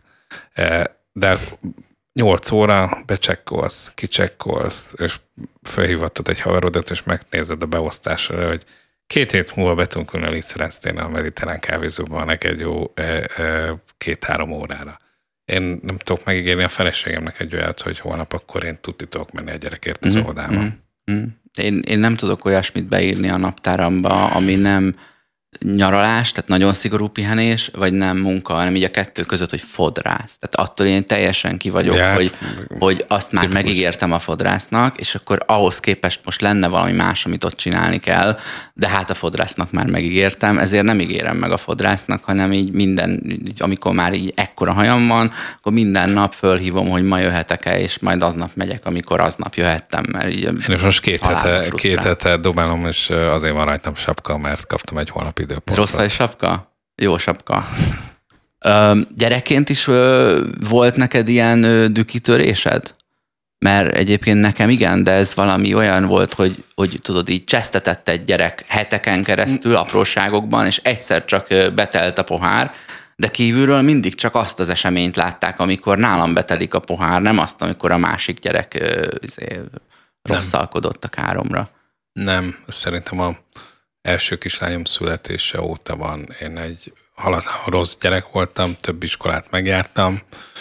De nyolc óra becsekkolsz, kicsekkolsz, és felhívattad egy haverodat, és megnézed a beosztásra, hogy két hét múlva be tudunk ülni a Lisztránsztén a mediterrán kávézóban neked jó két-három órára. Én nem tudok megígérni a feleségemnek egy olyat, hogy holnap akkor én tudni tudok menni a gyerekért az óvodába. Mm-hmm. Mm-hmm. Én, én nem tudok olyasmit beírni a naptáramba, ami nem nyaralás, tehát nagyon szigorú pihenés, vagy nem munka, hanem így a kettő között, hogy fodrász. Tehát attól én teljesen ki vagyok, ja, hogy, hogy azt már tipikus. Megígértem a fodrásznak, és akkor ahhoz képest most lenne valami más, amit ott csinálni kell, de hát a fodrásznak már megígértem, ezért nem ígérem meg a fodrásznak, hanem így minden, így, amikor már így ekkora hajam van, akkor minden nap fölhívom, hogy ma jöhetek-e, és majd aznap megyek, amikor aznap jöhettem, mert így én most két hete, két hete dobálom, és azért van rajtam sapka, mert kaptam egy holnapi időpontra. Rossz a sapka? Jó sapka. Ö, gyerekként is ö, volt neked ilyen ö, dükitörésed? Mert egyébként nekem igen, de ez valami olyan volt, hogy, hogy tudod, így csesztetett egy gyerek heteken keresztül, apróságokban, és egyszer csak betelt a pohár, de kívülről mindig csak azt az eseményt látták, amikor nálam betelik a pohár, nem azt, amikor a másik gyerek ö, izé, rosszalkodott a káromra. Nem, szerintem a első kislányom születése óta van. Én egy haladtan rossz gyerek voltam, több iskolát megjártam.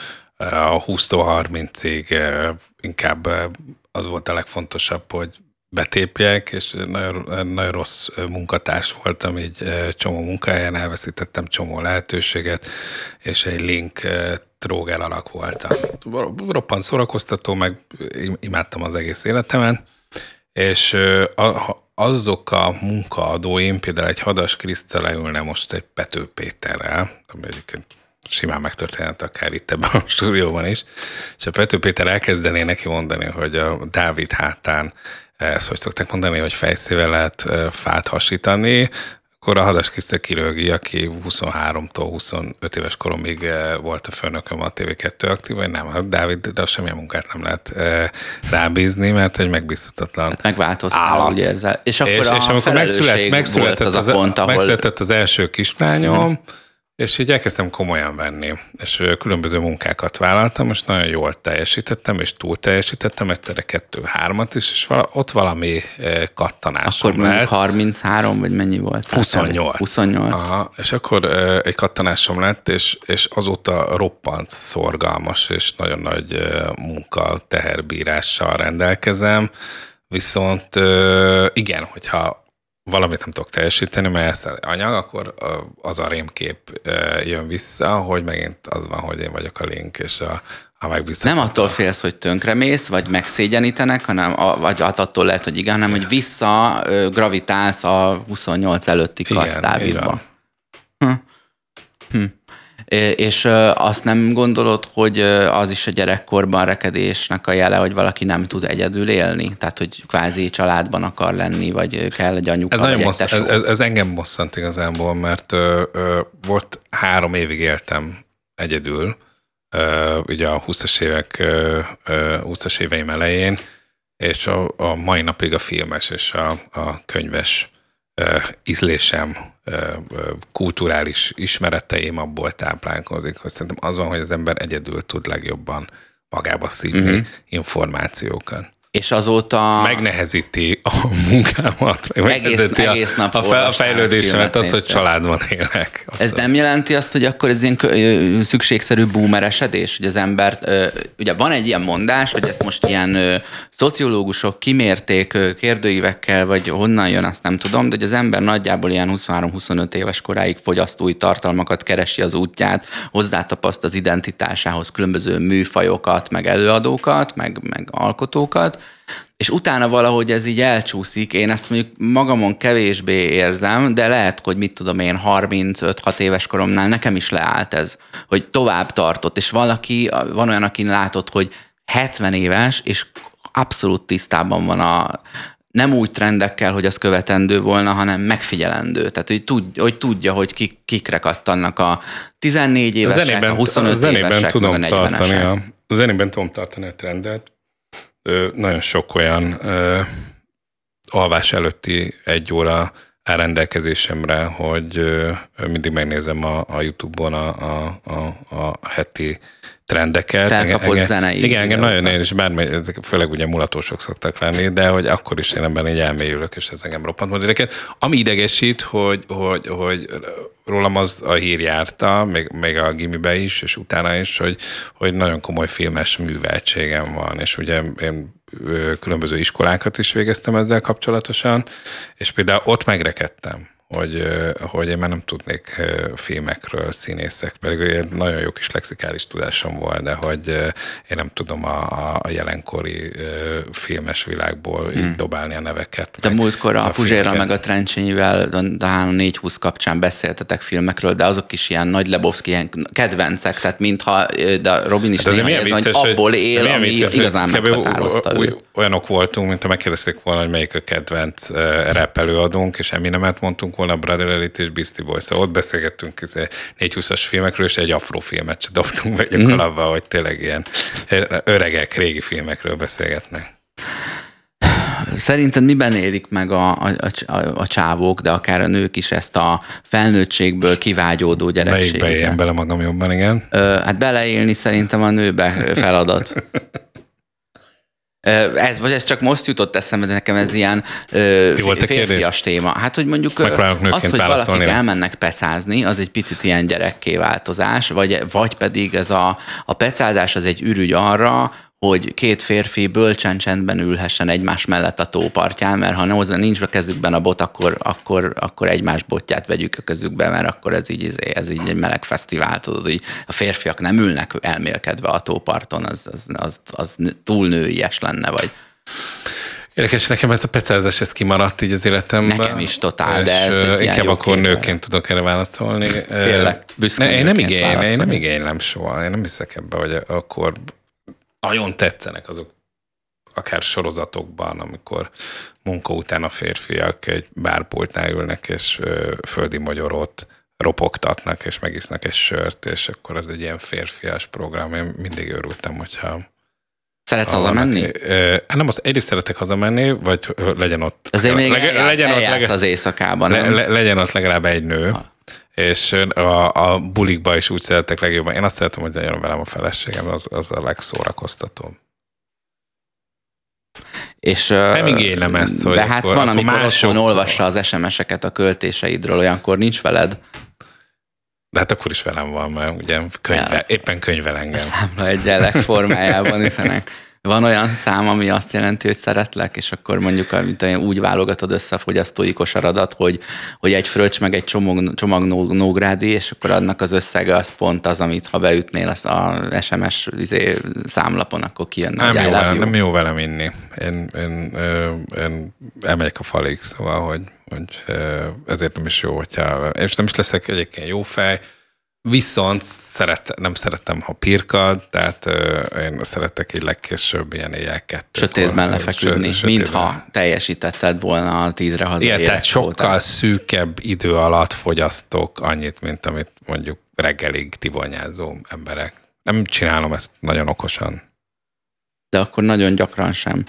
A húsztól harmincig inkább az volt a legfontosabb, hogy betépjek, és nagyon, nagyon rossz munkatárs voltam, így csomó munkahelyen elveszítettem csomó lehetőséget, és egy link tróger alak voltam. Roppant szórakoztató, meg imádtam az egész életemen, és a, azok a munkaadóim, például egy Hadas Kriszta leülne most egy Pető Péterrel, ami egyébként simán megtörténhet akár itt ebben a stúdióban is, és a Pető Péter elkezdené neki mondani, hogy a Dávid hátán, ezt hogy szokták mondani, hogy fejszével lehet fát hasítani, akkor a Hadas Kriszta kirögi, aki huszonháromtól huszonöt éves koromig volt a főnököm a té vé kettő aktív, vagy nem, a Dávid, de semmilyen munkát nem lehet rábízni, mert egy megbízhatatlan hát megváltoztál, úgy érzel. És akkor és, a és amikor megszület, megszületett, az, az, a pont, ahol... megszületett az első kislányom, uh-huh. és így elkezdtem komolyan venni, és különböző munkákat vállaltam, és nagyon jól teljesítettem, és túl teljesítettem, egyszerre kettő-hármat is, és vala, ott valami kattanásom akkor mondjuk harminchárom, vagy mennyi volt? huszonnyolc. huszonnyolc. Aha, és akkor egy kattanásom lett, és, és azóta roppant szorgalmas, és nagyon nagy munka teherbírással rendelkezem, viszont igen, hogyha valamit nem tudok teljesíteni, mert elszáll anyag, akkor az a rémkép jön vissza, hogy megint az van, hogy én vagyok a link, és a, a megbízható. Nem attól félsz, hogy tönkremész, vagy megszégyenítenek, hanem a, vagy attól lehet, hogy igen, hanem hogy vissza gravitálsz a huszonnyolc előtti Kac Dávidba. Hm. Hm. És azt nem gondolod, hogy az is a gyerekkorban rekedésnek a jele, hogy valaki nem tud egyedül élni? Tehát, hogy kvázi családban akar lenni, vagy kell egy anyuka, ez vagy nagyon egy mossz, tesó? ez, ez engem bosszant igazából, mert ö, ö, volt három évig éltem egyedül, ö, ugye a húszas évek, ö, ö, húszas éveim elején, és a, a mai napig a filmes és a, a könyves ö, ízlésem, kulturális ismereteim abból táplálkozik, hogy szerintem az van, hogy az ember egyedül tud legjobban magába szívni mm-hmm. információkat. És azóta... Megnehezíti a munkámat, meg egész, megnehezíti egész nap a, a fejlődésemet az, hogy családban élek. Ez nem nem jelenti azt, hogy akkor ez ilyen szükségszerű boomeresedés, hogy az ember, ugye van egy ilyen mondás, hogy ezt most ilyen szociológusok kimérték kérdőívekkel, vagy honnan jön, azt nem tudom, de hogy az ember nagyjából ilyen huszonhárom-huszonöt éves koráig fogyasztói tartalmakat keresi az útját, hozzátapaszt az identitásához különböző műfajokat, meg előadókat, meg, meg alkotókat, és utána valahogy ez így elcsúszik, én ezt mondjuk magamon kevésbé érzem, de lehet, hogy mit tudom én, harmincöt-hat éves koromnál nekem is leállt ez, hogy tovább tartott, és valaki, van olyan, akin látod, hogy hetven éves, és abszolút tisztában van a nem úgy trendekkel, hogy az követendő volna, hanem megfigyelendő. Tehát, hogy, tud, hogy tudja, hogy kik, kikre kattannak a tizennégy évesek, a, zenében, a huszonöt a évesek, tudom meg a negyvenesek. A, a zenében tudom tartani a trendet. Ö, nagyon sok olyan ö, alvás előtti egy óra áll rendelkezésemre, hogy ö, mindig megnézem a, a YouTube-on a, a, a, a heti trendeket. Felkapott zenei. Igen, engem nagyon én is, bármely, ezek főleg ugye mulatósok szoktak lenni, de hogy akkor is én ebben így elmélyülök, és ez engem roppant motivál. Ami idegesít, hogy, hogy, hogy rólam az a hír járta, még, még a gimibe is, és utána is, hogy, hogy nagyon komoly filmes műveltségem van, és ugye én különböző iskolákat is végeztem ezzel kapcsolatosan, és például ott megrekedtem, hogy, hogy én már nem tudnék filmekről, színészek, pedig nagyon jó kis lexikális tudásom volt, de hogy én nem tudom a, a jelenkori filmes világból hmm. így dobálni a neveket. De múltkor a, a Puzsérral meg a Trencsényivel talán a négy húsz kapcsán beszéltetek filmekről, de azok is ilyen Nagy Lebowski, ilyen kedvencek, tehát mintha, de Robin is hát néha ez, vicces, hogy abból él, ami vicces, igazán meghatározta őt. Olyanok voltunk, mint ha megkérdezték volna, hogy melyik a kedvenc rap előadónnk, és Eminemet mondtunk volna, Brother Elite és Beastie Boys. Szóval ott beszélgettünk négy húszas filmekről, és egy afrofilmet se dobtunk be egy alapba, hogy tényleg ilyen öregek, régi filmekről beszélgetnek. Szerinted miben élik meg a, a, a, a csávók, de akár a nők is ezt a felnőttségből kivágyódó gyerekséget? Melyikbe éljen bele magam jobban, igen? Ö, hát beleélni szerintem a nőbe feladat. Ez, vagy ez csak most jutott eszembe, de nekem ez ilyen ö, férfias téma. Hát, hogy mondjuk az, hogy valakik elmennek pecázni, az egy picit ilyen gyerekké változás, vagy, vagy pedig ez a, a pecázás az egy ürügy arra, hogy két férfi bölcsen csendben ülhessen egymás mellett a tópartján, mert ha hozzá nincs a kezükben a bot, akkor, akkor, akkor egymás botját vegyük a kezükbe, mert akkor ez így, ez így egy meleg fesztivál, tudod, hogy a férfiak nem ülnek elmélkedve a tóparton, az, az, az, az túl nőies lenne, vagy... Érdekes, nekem ezt a pecázás, ez kimaradt így az életemben. Nekem is totál, de ez inkább akkor nőként tudok erre válaszolni. Kérlek, büszkén ne, én nem igénylem, én nem igénylem soha, én nem hiszek ebbe, hogy akkor nagyon tetszenek azok akár sorozatokban, amikor munka után a férfiak egy bárpultnál ülnek, és földi magyarot ropogtatnak, és megisznak egy sört, és akkor az egy ilyen férfias program. Én mindig örültem, hogyha... Szeretsz hazamenni? Nem, az egyrészt szeretek hazamenni, vagy legyen ott... Azért még leg, eljár, legyen ott legalább, az éjszakában, le, le, legyen ott legalább egy nő, ha. És a, a bulikba is úgy szeretek legjobban. Én azt szeretem, hogy legyen velem a feleségem, az, az a legszórakoztatóbb. És, nem igénylem ezt, hogy... De hát akkor, van, akkor amikor mások... otthon olvassa az es em es-eket a költéseidről, olyankor nincs veled? De hát akkor is velem van, mert ugye könyve, ja. éppen könyvel engem. A számla egyenleg formájában, hiszen Van olyan szám, ami azt jelenti, hogy szeretlek, és akkor mondjuk amit úgy válogatod össze a fogyasztói kosaradat, hogy, hogy egy fröccs meg egy csomag, csomag nógrádi, és akkor annak az összege az pont az, amit ha beütnél az a es em es izé, számlapon, akkor kijönne. Nem jó, velem, nem jó velem inni. Én, én, én, én elmegyek a falig, szóval, hogy, hogy ezért nem is jó, hogyha... És nem is leszek egyébként jó fej, viszont szeret, nem szeretem, ha pirkad, tehát uh, én szeretek egy legkésőbb ilyen éjjel kettőkor. Sötétben lefeküdni, mintha teljesítetted volna a tízre hazaérek. Igen, tehát sokkal voltál. Szűkebb idő alatt fogyasztok annyit, mint amit mondjuk reggelig tibonyázó emberek. Nem csinálom ezt nagyon okosan. De akkor nagyon gyakran sem.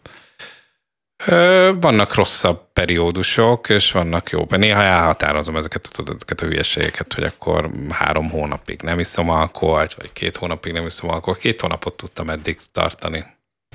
Vannak rosszabb periódusok, és vannak jobb. Néha elhatározom ezeket, ezeket a hülyeségeket, hogy akkor három hónapig nem iszom alkoholt, vagy két hónapig nem iszom alkoholt. Két hónapot tudtam eddig tartani.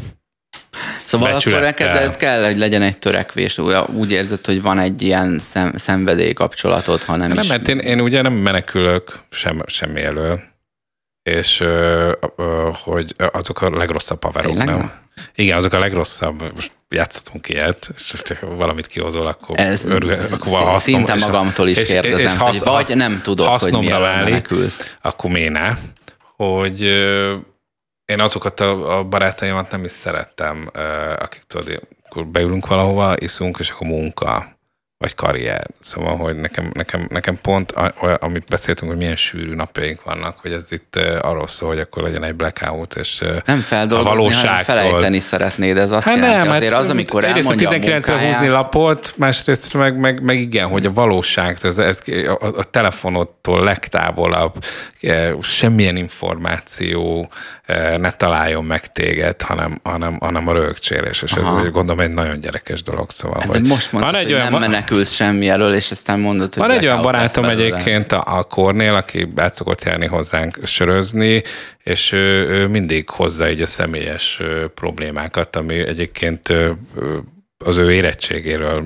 Szóval akkor neked ez kell, hogy legyen egy törekvés. Úgy érzed, hogy van egy ilyen szem, szenvedély kapcsolatod, ha nem, nem is... Nem, mert én, én ugye nem menekülök sem, semmi elől, és ö, ö, hogy azok a legrosszabb haverok, nem? Igen, azok a legrosszabb, most játszhatunk ilyet, és valamit kihozol, akkor ez örülök, akkor van hasznom. Szinte magamtól is és, kérdezem, és hasz, hogy vagy nem tudod, hogy miért menekült. Akkor méne, hogy ö, én azokat a, a barátaimat nem is szerettem, ö, akik tudod, akkor beülünk valahova, iszunk, és akkor munka, vagy karrier. Szóval, hogy nekem, nekem, nekem pont, amit beszéltünk, hogy milyen sűrű napjaink vannak, hogy ez itt arról szól, hogy akkor legyen egy blackout, és nem feldolgozni, hanem felejteni szeretnéd, ez azt hát jelenti. Nem, azért az, amikor elmondja a tizenkilencre húzni lapot, másrészt meg, meg, meg igen, hogy a valóság, ez, ez, a, a telefonodtól legtávolabb, semmilyen információ ne találjon meg téged, hanem, hanem, hanem a rögcsélés, és aha. Ez gondolom egy nagyon gyerekes dolog. Szóval, hát, hogy most mondtad, hogy olyan, nem menekülsz semmi elől, és aztán mondod, hogy... Van egy olyan barátom egyébként a, a Kornél, aki át szokott járni hozzánk sörözni, és ő, ő mindig hozza így a személyes problémákat, ami egyébként az ő érettségéről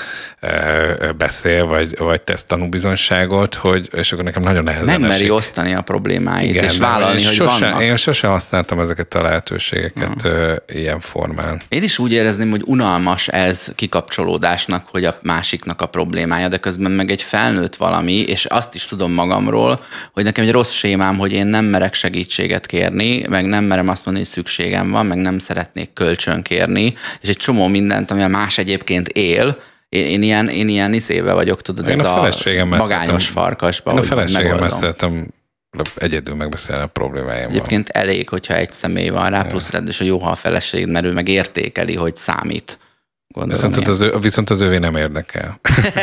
beszél, vagy, vagy tesz tanúbizonyságot, hogy, és akkor nekem nagyon nehezen megmeri esik. Osztani a problémáit, igen, és vállalni, hogy sose, vannak. Én sosem használtam ezeket a lehetőségeket uh-huh. ilyen formán. Én is úgy érezném, hogy unalmas ez kikapcsolódásnak, hogy a másiknak a problémája, de közben meg egy felnőtt valami, és azt is tudom magamról, hogy nekem egy rossz sémám, hogy én nem merek segítséget kérni, meg nem merem azt mondani, hogy szükségem van, meg nem szeretnék kölcsön kérni, és egy csomó mindent, ami a más egyébként él, Én, én ilyen, én ilyen iszébe vagyok, tudod, én ez a, a magányos farkasba. Én a feleségemmel szeretem egyedül megbeszélni a problémáimmal. Egyébként elég, hogyha egy személy van rá, plusz ráadásul jó, ha a feleség, mert ő meg értékeli, hogy számít. Viszont az, viszont az övé nem érdekel.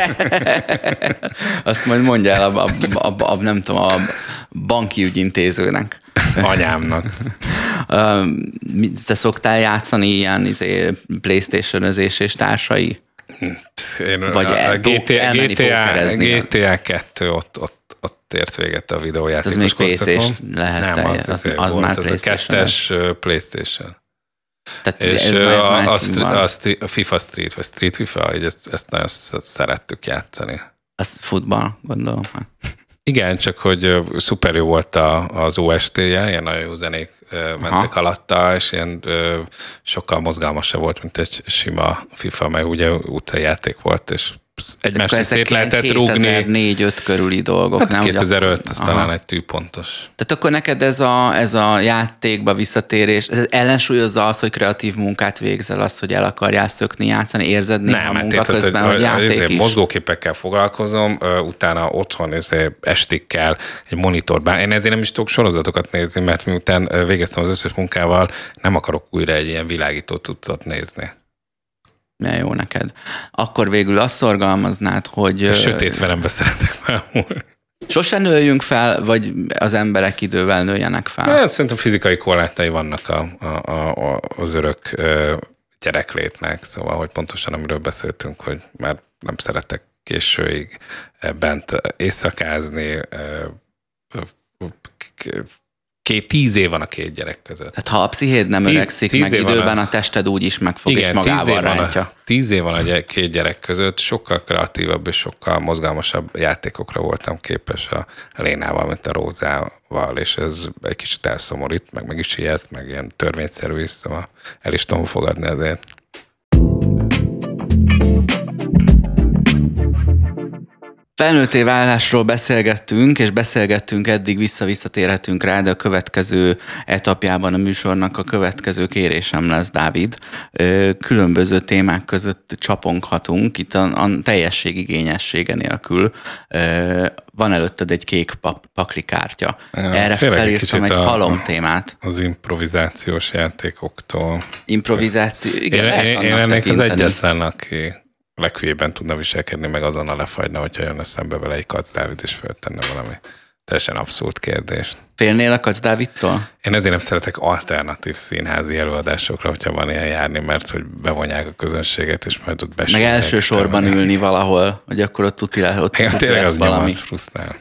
Azt majd mondja el a, a, a, a, nem tudom, a banki ügyintézőnek. Anyámnak. Te szoktál játszani ilyen izé, PlayStation-özés és társai? Én Vagy a gé té á, gé té á, gé té á kettő ott, ott, ott ért véget a videójátékos korszakon. Az még pé cés lehet. Nem, az, az, az, az már PlayStation. Ez a kettes PlayStation. Tehát és ez, ez azt, azt, a FIFA Street, vagy Street FIFA, ezt, ezt nagyon szerettük játszani. Az futball, gondolom. Igen, csak hogy szuper jó volt a, az o es té-je, ilyen nagyon jó zenék mentek aha. alatta, és ilyen ö, sokkal mozgalmasabb volt, mint egy sima FIFA, meg ugye utcai játék volt, és egymást is szét lehetett rúgni. kétezer-négy-öt körüli dolgok, hát nem? kétezer-öt, az talán egy tűpontos. Tehát akkor neked ez a, ez a játékba visszatérés, ez ellensúlyozza azt, hogy kreatív munkát végzel, azt, hogy el akarjál szökni, játszani, érzed néha a munka hát közben, hogy játék is? Mozgóképekkel foglalkozom, utána otthon estikkel egy monitorban. Én ezért nem is tudok sorozatokat nézni, mert miután végeztem az összes munkával, nem akarok újra egy ilyen világító cuccot nézni. Milyen jó neked. Akkor végül azt szorgalmaznád, hogy... Sötét verembe szeretek felmúlni. Sose nőjünk fel, vagy az emberek idővel nőjenek fel? Ja, szerintem fizikai korlátai vannak a, a, a, az örök gyereklétnek, szóval, hogy pontosan amiről beszéltünk, hogy már nem szeretek későig bent éjszakázni, két, tíz év van a két gyerek között. Tehát ha a pszichéd nem tíz, öregszik tíz meg időben, a... a tested úgy is megfog, igen, és magával rántja. A, tíz év van a két gyerek között, sokkal kreatívabb és sokkal mozgalmasabb játékokra voltam képes a Lénával, mint a Rózával, és ez egy kicsit elszomorít, meg meg is ijeszt, meg ilyen törvényszerű is, szóval el is tudom fogadni ezért. Felnőtté válásról beszélgettünk, és beszélgettünk eddig, vissza-visszatérhetünk rá, de a következő etapjában a műsornak a következő kérésem lesz, Dávid. Különböző témák között csaponghatunk, itt a, a teljesség igényessége nélkül. Van előtted egy kék pap, paklikártya. Erre felírtam egy, egy halom témát. Az improvizációs játékoktól. Improvizáció, igen, én, lehet én, annak én ennék az egyetlen, aki leghülyében tudna viselkedni, meg azonnal lefagyna, hogyha jönne szembe vele egy Kac Dávid, és föltenne valami teljesen abszurd kérdést. Félnél a Kac Dávidtól? Én ezért nem szeretek alternatív színházi előadásokra, hogyha van ilyen járni, mert hogy bevonják a közönséget, és majd ott besülnek. Meg elsősorban ülni valahol, hogy akkor ott tuti le, ott tuti lesz valami. Az frusztrál.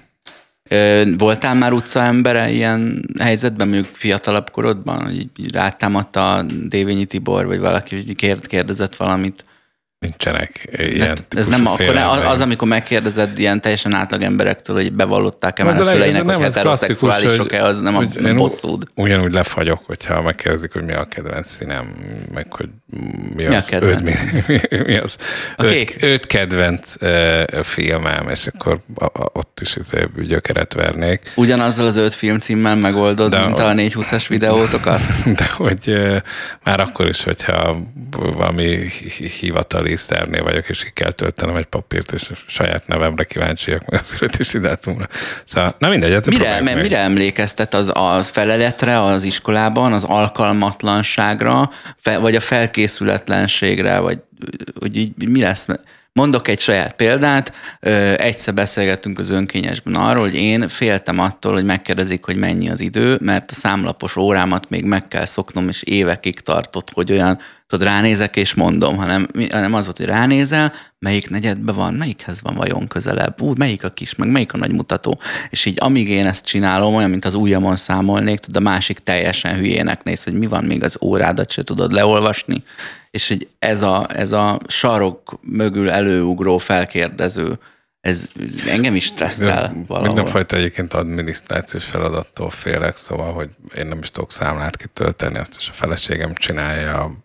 Voltál már utcaembere ilyen helyzetben, mondjuk fiatalabb korodban, hogy rátámadta a Dévényi Tibor, vagy valaki kérdezett valamit? Nincsenek ilyen ez nem akkor az, amikor megkérdezed ilyen teljesen átlag emberektől, hogy bevallották-e már a szüleinek, hogy heteroszexuálisok-e, az nem a bosszúd. Ugyanúgy lefagyok, hogyha megkérdezik, hogy mi a kedvenc színem, meg hogy mi, mi az, a öt, mi, mi az öt, öt kedvenc uh, filmem, és akkor a, a, ott is gyökeret vernék. Ugyanazzal az öt filmcímmel megoldod, de, mint a négyszázhúszas videótokat? De hogy uh, már akkor is, hogyha valami hivatali szernél vagyok, és ki kell töltenem egy papírt, és a saját nevemre kíváncsiak, meg a születési dátumra. Szóval, na mindegy. Mire, mire emlékeztet az a feleletre az iskolában, az alkalmatlanságra, fe, vagy a felkészületlenségre, vagy hogy így mi lesz? Mondok egy saját példát, egyszer beszélgettünk az önkényesben arról, hogy én féltem attól, hogy megkérdezik, hogy mennyi az idő, mert a számlapos órámat még meg kell szoknom, és évekig tartott, hogy olyan, tudod, ránézek és mondom, hanem, hanem az volt, hogy ránézel, melyik negyedben van, melyikhez van vajon közelebb, ú, melyik a kis, meg melyik a nagy mutató. És így amíg én ezt csinálom, olyan, mint az ujjamon számolnék, tudod, a másik teljesen hülyének néz, hogy mi van, még az órádat se tudod leolvasni. És hogy ez a, ez a sarok mögül előugró felkérdező, ez engem is stresszel valahol. Mindenfajta egyébként adminisztrációs feladattól félek, szóval, hogy én nem is tudok számlát kitölteni, ezt is a feleségem csinálja.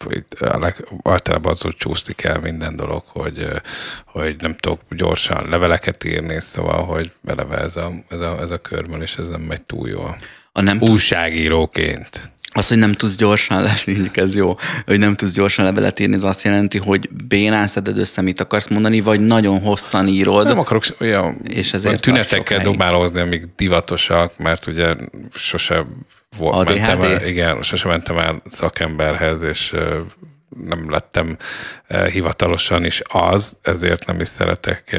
Általában az úgy csúszik el minden dolog, hogy, hogy nem tudok gyorsan leveleket írni, szóval, hogy eleve ez a, ez a, ez a körmölés, ez nem megy túl jól. A nem újságíróként. Az, hogy nem tudsz gyorsan levelni, ez jó, hogy nem tudsz gyorsan levelet írni, az azt jelenti, hogy bénán szeded össze, mit akarsz mondani, vagy nagyon hosszan írod. Nem akarok olyan és ezért tünetekkel dobálózni, amik divatosak, mert ugye sose volt, mentem el, igen, sose mentem el szakemberhez, és nem lettem hivatalosan is az, ezért nem is szeretek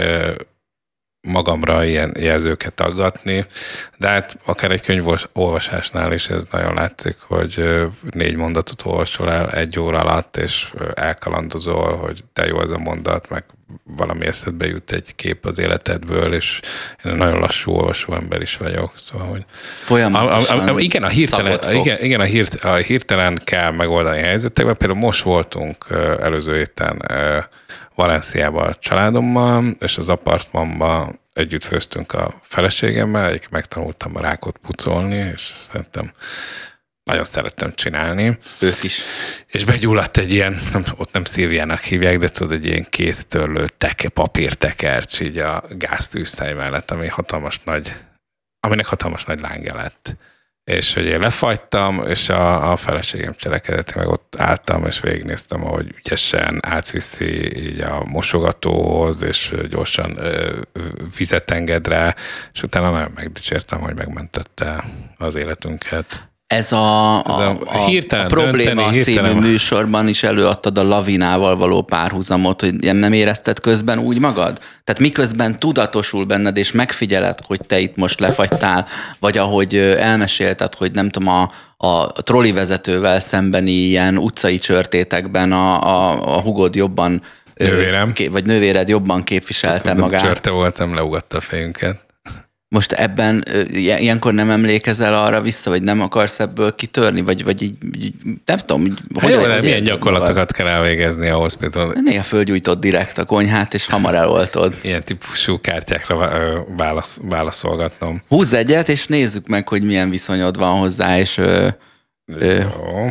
magamra ilyen jelzőket aggatni, de hát akár egy könyv olvasásnál is ez nagyon látszik, hogy négy mondatot olvasol el egy óra alatt, és elkalandozol, hogy de jó ez a mondat, meg valami eszedbe jut egy kép az életedből, és én nagyon lassú olvasó ember is vagyok, szóval, hogy folyamatosan a, a, a, igen, a hirtelen, igen, igen a, hirt, a hirtelen kell megoldani helyzetekben, például most voltunk előző héten Valenciában a családommal, és az apartmanban együtt főztünk a feleségemmel, egyébként megtanultam a rákot pucolni, és szerintem nagyon szerettem csinálni. Ők is. És begyulladt egy ilyen, nem, ott nem szilviának hívják, de tudod, egy ilyen kéztörlő teke, papírtekercs így a gáztűzszáj mellett, ami hatalmas nagy, aminek hatalmas nagy lángja lett. És hogy én lefagytam, és a, a feleségem cselekedett, meg ott álltam, és végignéztem, ahogy ügyesen átviszi így a mosogatóhoz, és gyorsan ö, vizet enged rá, és utána nagyon megdicsértem, hogy megmentette az életünket. Ez a, a, a, a Probléma dönteni, című műsorban is előadtad a lavinával való párhuzamot, hogy nem érezted közben úgy magad? Tehát miközben tudatosul benned, és megfigyeled, hogy te itt most lefagytál, vagy ahogy elmesélted, hogy nem tudom, a, a troli vezetővel szembeni ilyen utcai csörtétekben a, a, a hugod jobban, Nővérem. Ö, vagy nővéred jobban képviselte magát. Csörte voltam, leugatta a fejünket. Most ebben ilyenkor nem emlékezel arra vissza, vagy nem akarsz ebből kitörni, vagy, vagy így, így nem tudom. Így, hogy jó, de milyen gyakorlatokat magad? Kell elvégezni ahhoz például? Néha fölgyújtod direkt a konyhát, és hamar eloltod. Ilyen típusú kártyákra válasz, válaszolgatnom. Húzz egyet, és nézzük meg, hogy milyen viszonyod van hozzá, és, ö, ö,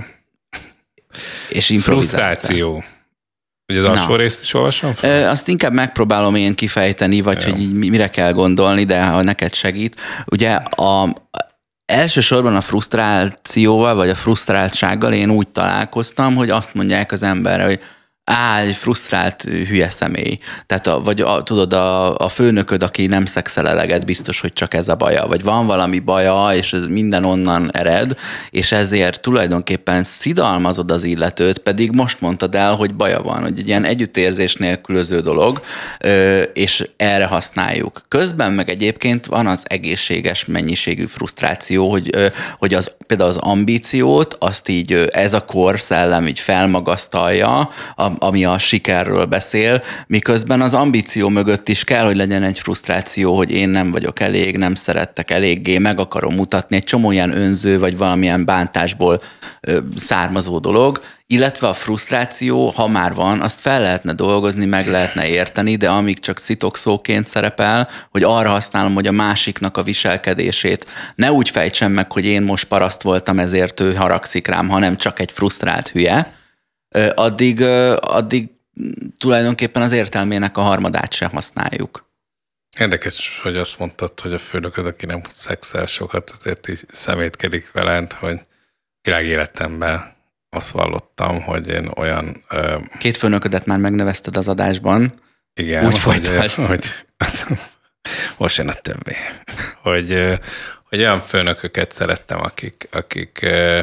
és improvizálsz. Frusztráció. Ugye az alsó részt is olvasom? Ö, azt inkább megpróbálom én kifejteni, vagy Jó. hogy így mire kell gondolni, de ha neked segít. Ugye a, elsősorban a frusztrációval, vagy a frusztráltsággal én úgy találkoztam, hogy azt mondják az emberre, hogy á, egy frusztrált hülye személy. Tehát a, vagy a, tudod, a, a főnököd, aki nem szexel eleget, biztos, hogy csak ez a baja. Vagy van valami baja, és ez minden onnan ered, és ezért tulajdonképpen szidalmazod az illetőt, pedig most mondtad el, hogy baja van, hogy egy ilyen együttérzés nélkülöző dolog, és erre használjuk. Közben meg egyébként van az egészséges mennyiségű frusztráció, hogy, hogy az, például az ambíciót, azt így ez a korszellem így felmagasztalja, ami a sikerről beszél, miközben az ambíció mögött is kell, hogy legyen egy frusztráció, hogy én nem vagyok elég, nem szerettek eléggé, meg akarom mutatni, egy csomó ilyen önző, vagy valamilyen bántásból ö, származó dolog, illetve a frusztráció, ha már van, azt fel lehetne dolgozni, meg lehetne érteni, de amíg csak szitokszóként szerepel, hogy arra használom, hogy a másiknak a viselkedését ne úgy fejtsem meg, hogy én most paraszt voltam, ezért ő haragszik rám, hanem csak egy frusztrált hülye, Addig, addig tulajdonképpen az értelmének a harmadát sem használjuk. Érdekes, hogy azt mondtad, hogy a főnököd, aki nem szexel sokat, azért így szemétkedik veled, hogy világéletemben azt vallottam, hogy én olyan... Ö... Két főnöködet már megnevezted az adásban. Igen. Úgy folytasd. Hogy, hogy most jön a többi. Hogy, hogy olyan főnököket szerettem, akik... akik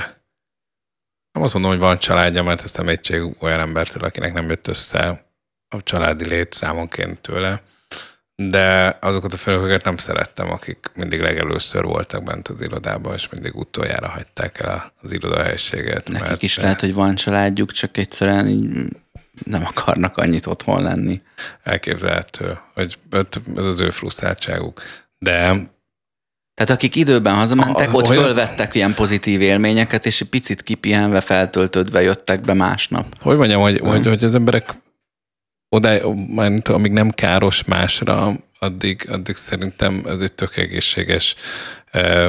nem azt mondom, hogy van családja, mert ez szemétség olyan embertől, akinek nem jött össze a családi lét számonként tőle, de azokat a főnököket nem szerettem, akik mindig legelőször voltak bent az irodában, és mindig utoljára hagyták el az irodahelyiséget. Nekik mert is lehet, hogy van családjuk, csak egyszerűen így nem akarnak annyit otthon lenni. Elképzelhető, hogy ez az ő frusztráltságuk. De tehát akik időben hazamentek, a, ott olyan... fölvettek ilyen pozitív élményeket, és egy picit kipihenve, feltöltődve jöttek be másnap. Hogy mondjam, hogy, hmm. hogy, hogy az emberek oda, amíg nem káros másra, addig, addig szerintem ez egy tök egészséges eh,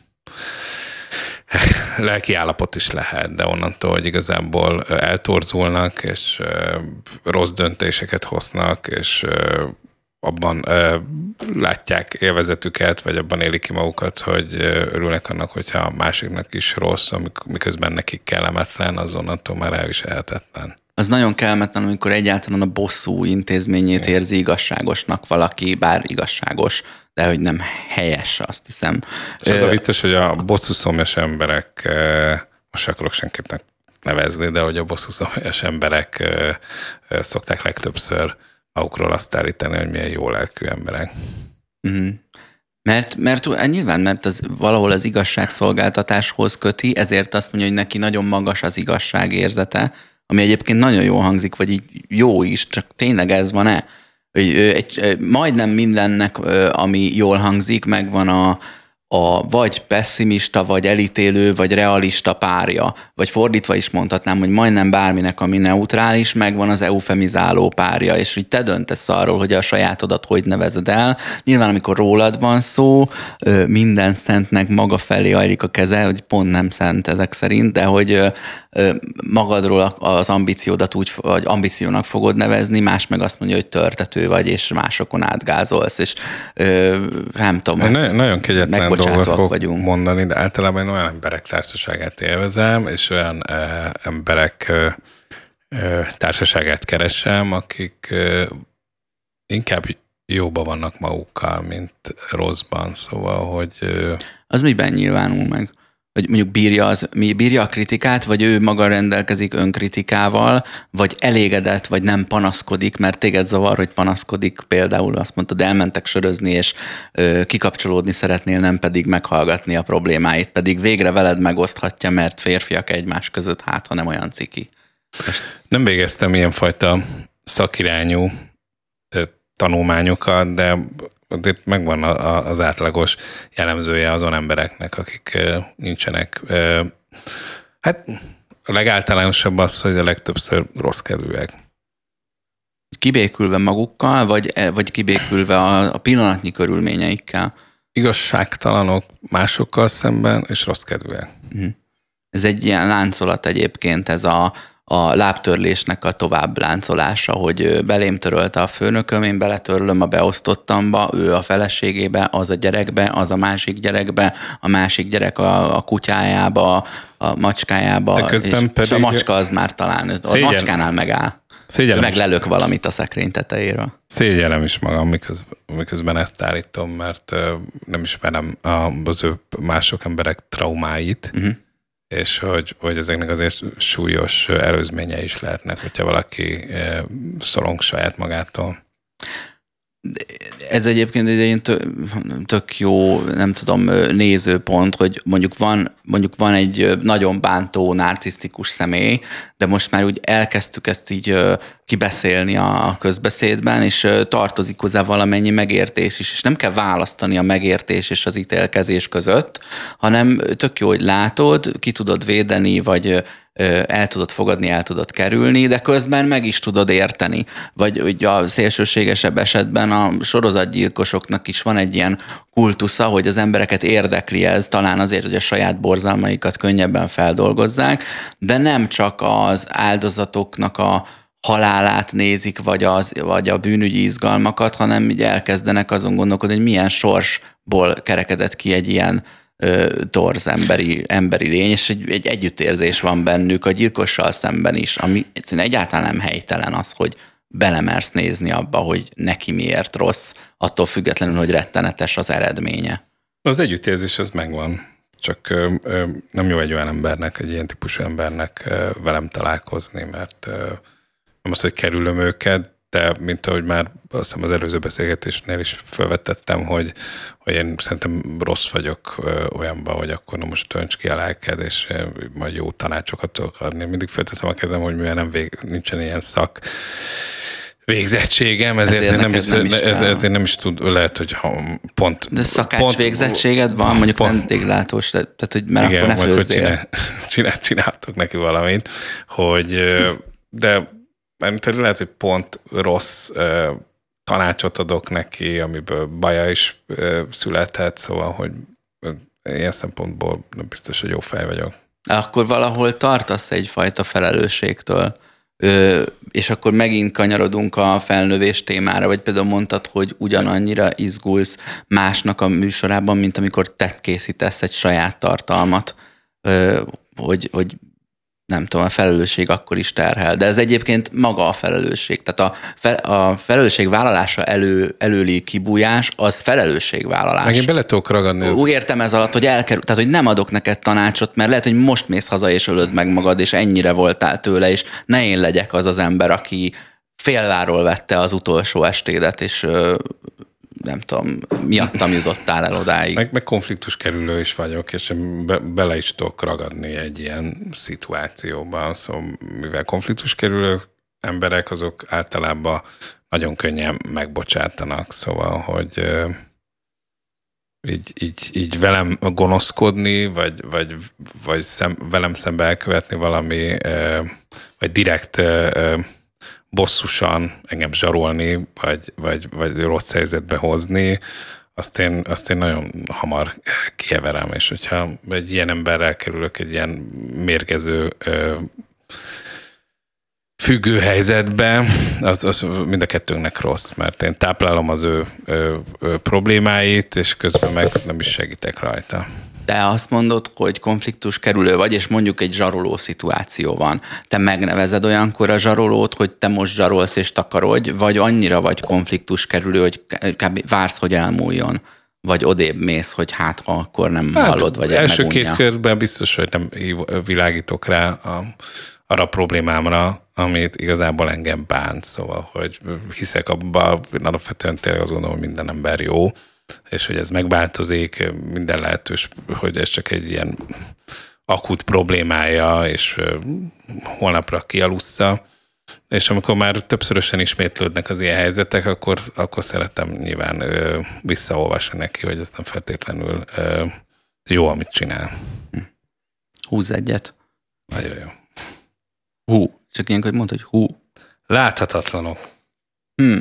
lelki állapot is lehet, de onnantól, hogy igazából eltorzulnak, és eh, rossz döntéseket hoznak, és eh, abban ö, látják élvezetüket, vagy abban élik ki magukat, hogy ö, örülnek annak, hogyha a másiknak is rossz, miközben nekik kellemetlen, azonnantól már elviselhetetlen. Az nagyon kellemetlen, amikor egyáltalán a bosszú intézményét Igen. érzi igazságosnak valaki, bár igazságos, de hogy nem helyes, azt hiszem. És az a vicces, hogy a bosszúszomjas emberek, most akarok senkinek nevezni, de hogy a bosszúszomjas emberek szokták legtöbbször magukról azt állítani, hogy milyen jó lelkű emberek. Uh-huh. Mert, mert nyilván, mert az valahol az igazságszolgáltatáshoz köti, ezért azt mondja, hogy neki nagyon magas az igazságérzete, ami egyébként nagyon jól hangzik, vagy így jó is, csak tényleg ez van-e? Egy, egy, majdnem mindennek, ami jól hangzik, megvan a, a vagy pessimista, vagy elítélő, vagy realista párja. Vagy fordítva is mondhatnám, hogy majdnem bárminek, ami neutrális, megvan az eufemizáló párja, és hogy te döntesz arról, hogy a sajátodat hogy nevezed el. Nyilván, amikor rólad van szó, minden szentnek maga felé hajlik a keze, hogy pont nem szent ezek szerint, de hogy magadról az ambíciódat úgy, vagy ambíciónak fogod nevezni, más meg azt mondja, hogy törtető vagy, és másokon átgázolsz, és nem tudom. Hát nagyon, nagyon kegyetlen dolgot fog vagyunk. mondani, de általában én olyan emberek társaságát élvezem, és olyan e, emberek e, e, társaságát keresem, akik e, inkább jóban vannak magukkal, mint rosszban, szóval, hogy... E, az miben nyilvánul meg? Hogy mondjuk bírja, az, bírja a kritikát, vagy ő maga rendelkezik önkritikával, vagy elégedett, vagy nem panaszkodik, mert téged zavar, hogy panaszkodik. Például azt mondtad, elmentek sörözni, és ö, kikapcsolódni szeretnél, nem pedig meghallgatni a problémáit, pedig végre veled megoszthatja, mert férfiak egymás között, hát ha nem olyan ciki. Most... Nem végeztem ilyenfajta szakirányú ö, tanulmányokat, de itt megvan az átlagos jellemzője azon embereknek, akik nincsenek. Hát a legáltalánosabb az, hogy a legtöbbször rossz kedvűek. Kibékülve magukkal, vagy, vagy kibékülve a, a pillanatnyi körülményeikkel? Igazságtalanok másokkal szemben, és rossz kedvűek. Ez egy ilyen láncolat egyébként, ez a, a lábtörlésnek a tovább láncolása, hogy belém törölte a főnököm, én beletörlöm a beosztottamba, ő a feleségébe, az a gyerekbe, az a másik gyerekbe, a másik gyerek a, a kutyájába, a macskájába, és, pedig... és a macska az már talán, szégyen... a macskánál megáll. Szégyellem meg lelök valamit a szekrény tetejéről. Szégyellem is magam, miközben, miközben ezt állítom, mert nem ismerem az ő mások emberek traumáit, uh-huh. és hogy, hogy ezeknek azért súlyos előzményei is lehetnek, hogyha valaki szorong saját magától. Ez egyébként egy tök jó, nem tudom, nézőpont, hogy mondjuk van, mondjuk van egy nagyon bántó, narcisztikus személy, de most már úgy elkezdtük ezt így kibeszélni a közbeszédben, és tartozik hozzá valamennyi megértés is, és nem kell választani a megértés és az ítélkezés között, hanem tök jó, hogy látod, ki tudod védeni, vagy el tudod fogadni, el tudod kerülni, de közben meg is tudod érteni. Vagy ugye a szélsőségesebb esetben a sorozatgyilkosoknak is van egy ilyen kultusza, hogy az embereket érdekli ez, talán azért, hogy a saját borzalmaikat könnyebben feldolgozzák, de nem csak az áldozatoknak a halálát nézik, vagy, az, vagy a bűnügyi izgalmakat, hanem így elkezdenek azon gondolkodni, hogy milyen sorsból kerekedett ki egy ilyen torz emberi, emberi lény, és egy, egy együttérzés van bennük a gyilkossal szemben is, ami egyáltalán nem helytelen az, hogy belemersz nézni abba, hogy neki miért rossz, attól függetlenül, hogy rettenetes az eredménye. Az együttérzés az megvan, csak ö, ö, nem jó egy olyan embernek, egy ilyen típusú embernek ö, velem találkozni, mert ö, nem az, hogy kerülöm őket, de mint ahogy már azt hiszem az előző beszélgetésnél is felvetettem, hogy, hogy én szerintem rossz vagyok ö, olyanban, hogy akkor na most tönts ki a lelked, és ö, majd jó tanácsokat tudok adni. Mindig felteszem a kezem, hogy mivel nem vég, nincsen ilyen szak végzettségem, ezért, ezért, nem, is, nem is ez, ezért nem is tud, lehet, hogy ha pont... De szakács pont, végzettséged van, mondjuk pont, vendéglátós, tehát hogy mert igen, akkor ne főzzél. Csinál, csinál, csináltok neki valamit, hogy de mert lehet, hogy pont rossz uh, tanácsot adok neki, amiből baja is uh, születhet, szóval, hogy uh, ilyen szempontból nem biztos, hogy jó fej vagyok. Akkor valahol tartasz egyfajta felelősségtől, Ö, és akkor megint kanyarodunk a felnövés témára, vagy például mondtad, hogy ugyanannyira izgulsz másnak a műsorában, mint amikor te készítesz egy saját tartalmat, Ö, hogy, hogy nem tudom, a felelősség akkor is terhel. De ez egyébként maga a felelősség. Tehát a, fe, a felelősség vállalása elő, előli kibújás, az felelősségvállalás. Meg én bele tudok ragadni. Úgy értem ez alatt, hogy elkerül, tehát hogy nem adok neked tanácsot, mert lehet, hogy most mész haza és ölöd meg magad, és ennyire voltál tőle, és ne én legyek az az ember, aki félváról vette az utolsó estédet, és nem tudom, miattam jutottál el odáig. Meg, meg konfliktus kerülő is vagyok, és be, bele is tudok ragadni egy ilyen szituációban. Szóval mivel konfliktus kerülő emberek, azok általában nagyon könnyen megbocsátanak. Szóval, hogy így, így, így velem gonoszkodni, vagy, vagy, vagy szem, velem szembe elkövetni valami, vagy direkt bosszusan engem zsarolni, vagy, vagy, vagy rossz helyzetbe hozni, azt én, azt én nagyon hamar kieverem, és hogyha egy ilyen emberrel kerülök egy ilyen mérgező függő helyzetbe, az, az mind a kettőnknek rossz, mert én táplálom az ő, ő, ő problémáit, és közben meg nem is segítek rajta. De azt mondod, hogy konfliktus kerülő vagy, és mondjuk egy zsaroló szituáció van. Te megnevezed olyankor a zsarolót, hogy te most zsarolsz és takarodj, vagy annyira vagy konfliktus kerülő, hogy kb. Vársz, hogy elmúljon, vagy odébb mész, hogy hát ha akkor nem hát, hallod, vagy első megunja. Két körben biztos, hogy nem világítok rá a, arra a problémámra, amit igazából engem bánt. Szóval, hogy hiszek abban, alapvetően tényleg azt gondolom, hogy minden ember jó, és hogy ez megváltozik, minden lehetős, hogy ez csak egy ilyen akut problémája, és holnapra kialussza, És amikor már többszörösen ismétlődnek az ilyen helyzetek, akkor, akkor szeretem nyilván ö, visszaolvasni neki, hogy ez nem feltétlenül ö, jó, amit csinál. Húz egyet. Nagyon jó. Hú. Csak ilyenkor mondta, hogy hú. Láthatatlanok. Hmm.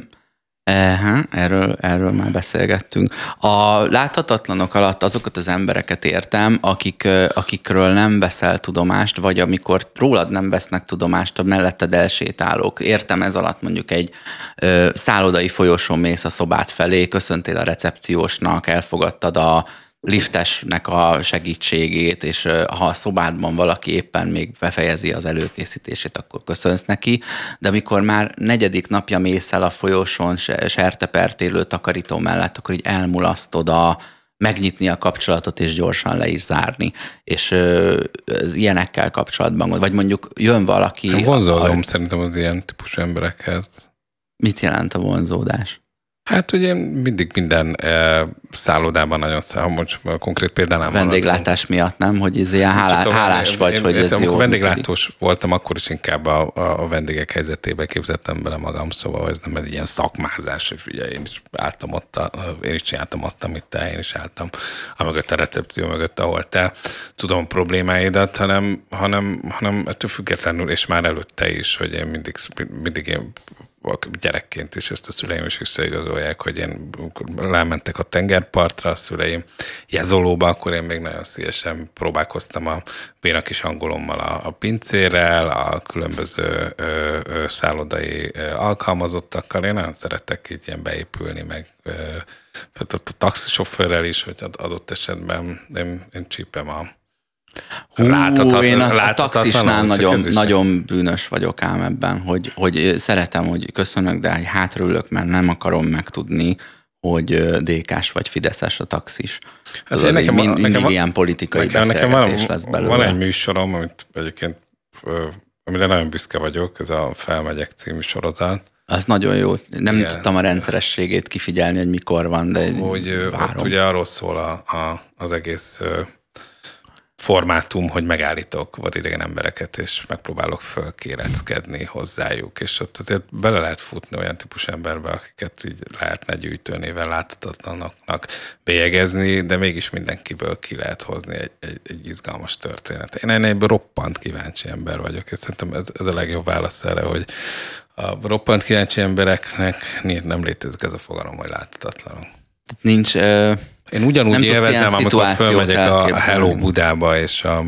Eha, erről, erről már beszélgettünk. A láthatatlanok alatt azokat az embereket értem, akik, akikről nem veszel tudomást, vagy amikor rólad nem vesznek tudomást, a melletted elsétálók. Értem ez alatt mondjuk egy ö, szállodai folyosón mész a szobát felé, köszöntél a recepciósnak, elfogadtad a liftesnek a segítségét, és ha a szobádban valaki éppen még befejezi az előkészítését, akkor köszönsz neki, de amikor már negyedik napja mész el a folyosón sertepertélő takarító mellett, akkor így elmulasztod a megnyitni a kapcsolatot és gyorsan le is zárni. És az ilyenekkel kapcsolatban, vagy mondjuk jön valaki... Vonzódom a... szerintem az ilyen típusú emberekhez. Mit jelent a vonzódás? Hát ugye mindig minden e, szállodában nagyon száll, most konkrét példánál vendéglátás van, miatt nem? Hogy ez ilyen hálá, a, hálás én, vagy, én, hogy én, ez amikor jó. vendéglátós működik. Voltam, akkor is inkább a, a vendégek helyzetébe képzettem bele magam, szóval ez nem egy ilyen szakmázás, hogy figyelj, én is álltam ott, a, én is csináltam azt, amit te, én is álltam a mögött a recepció mögött, ahol te tudom a problémáidat, hanem, hanem, hanem ettől függetlenül, és már előtte is, hogy én mindig, mindig én gyerekként is ezt a szüleim is visszaigazolják, hogy én lementek a tengerpartra, a szüleim Jezolóba, akkor én még nagyon szívesen próbálkoztam a béna kis angolommal a, a pincérrel, a különböző ö, ö, szállodai ö, alkalmazottakkal. Én nagyon szeretek így ilyen beépülni, meg ö, a, a taxisofőrrel is, hogy adott esetben én, én csípem a Hú, én a, a taxisnál nagyon, nagyon bűnös vagyok ám ebben, hogy, hogy szeretem, hogy köszönök, de hátraülök, mert nem akarom megtudni, hogy dé ká-s vagy fideszes a taxis. Hát Tudod, nekem, mind, mindig nekem, ilyen politikai nekem, beszélgetés nekem van, lesz belőle. Van egy műsorom, amit egyébként, amire nagyon büszke vagyok, ez a Felmegyek című sorozat. Az nagyon jó. Nem igen. tudtam a rendszerességét kifigyelni, hogy mikor van, de hogy várom. Ott ugye arról szól a, a, az egész formátum, hogy megállítok vadidegen embereket, és megpróbálok fölkéreckedni hozzájuk, és ott azért bele lehet futni olyan típus emberbe, akiket így lehetne gyűjtőnével láthatatlanoknak bélyegezni, de mégis mindenkiből ki lehet hozni egy, egy, egy izgalmas történet. Én ennél roppant kíváncsi ember vagyok, és szerintem ez, ez a legjobb válasz erre, hogy a roppant kíváncsi embereknek nem létezik ez a fogalom, hogy láthatatlanok. Nincs... Uh... Én ugyanúgy élvezem, amikor fölmegyek a Hello Budába, és a,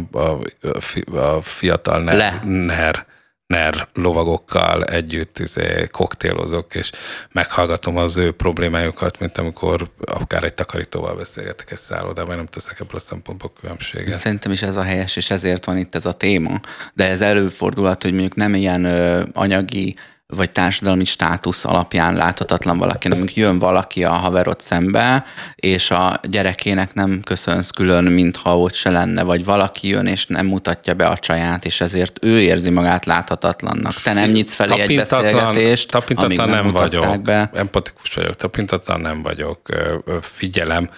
a, a fiatal ner, ner, ner lovagokkal együtt izé, koktélozok, és meghallgatom az ő problémájukat, mint amikor akár egy takarítóval beszélgetek egy szállodában, nem teszek ebből a szempontból különbséget. Szerintem is ez a helyes, és ezért van itt ez a téma. De ez előfordulhat, hogy mondjuk nem ilyen ö, anyagi vagy társadalmi státusz alapján láthatatlan valaki, amikor jön valaki a haverod szembe, és a gyerekének nem köszönsz külön, mintha ott se lenne, vagy valaki jön, és nem mutatja be a csaját, és ezért ő érzi magát láthatatlannak. Te nem nyitsz felé egy beszélgetést, amíg nem, nem vagyok, be. Empatikus vagyok, tapintatlan nem vagyok, figyelem,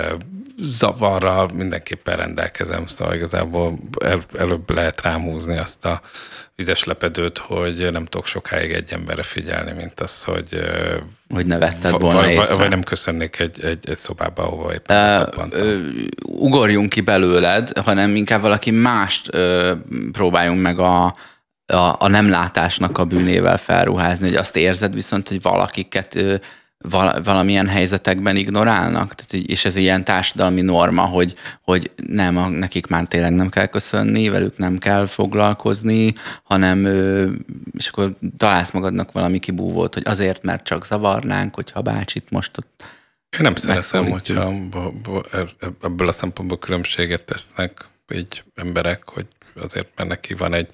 zavarral mindenképpen rendelkezem, szóval igazából el, előbb lehet rámúzni azt a vizes lepedőt, hogy nem tudok sokáig egy emberre figyelni, mint az, hogy hogy ne vetted volna vagy, észre. Vagy nem köszönnék egy, egy, egy szobába, ahova éppen uh, uh, Ugorjunk ki belőled, hanem inkább valaki mást uh, próbáljunk meg a, a, a nem látásnak a bűnével felruházni, hogy azt érzed viszont, hogy valakiket uh, val, valamilyen helyzetekben ignorálnak, tehát, és ez ilyen társadalmi norma, hogy, hogy nem, a, nekik már tényleg nem kell köszönni, velük nem kell foglalkozni, hanem és akkor találsz magadnak valami kibúvót, hogy azért, mert csak zavarnánk, hogyha bácsit most ott én nem szeretem, hogyha ebből a szempontból különbséget tesznek így emberek, hogy azért, mert neki van egy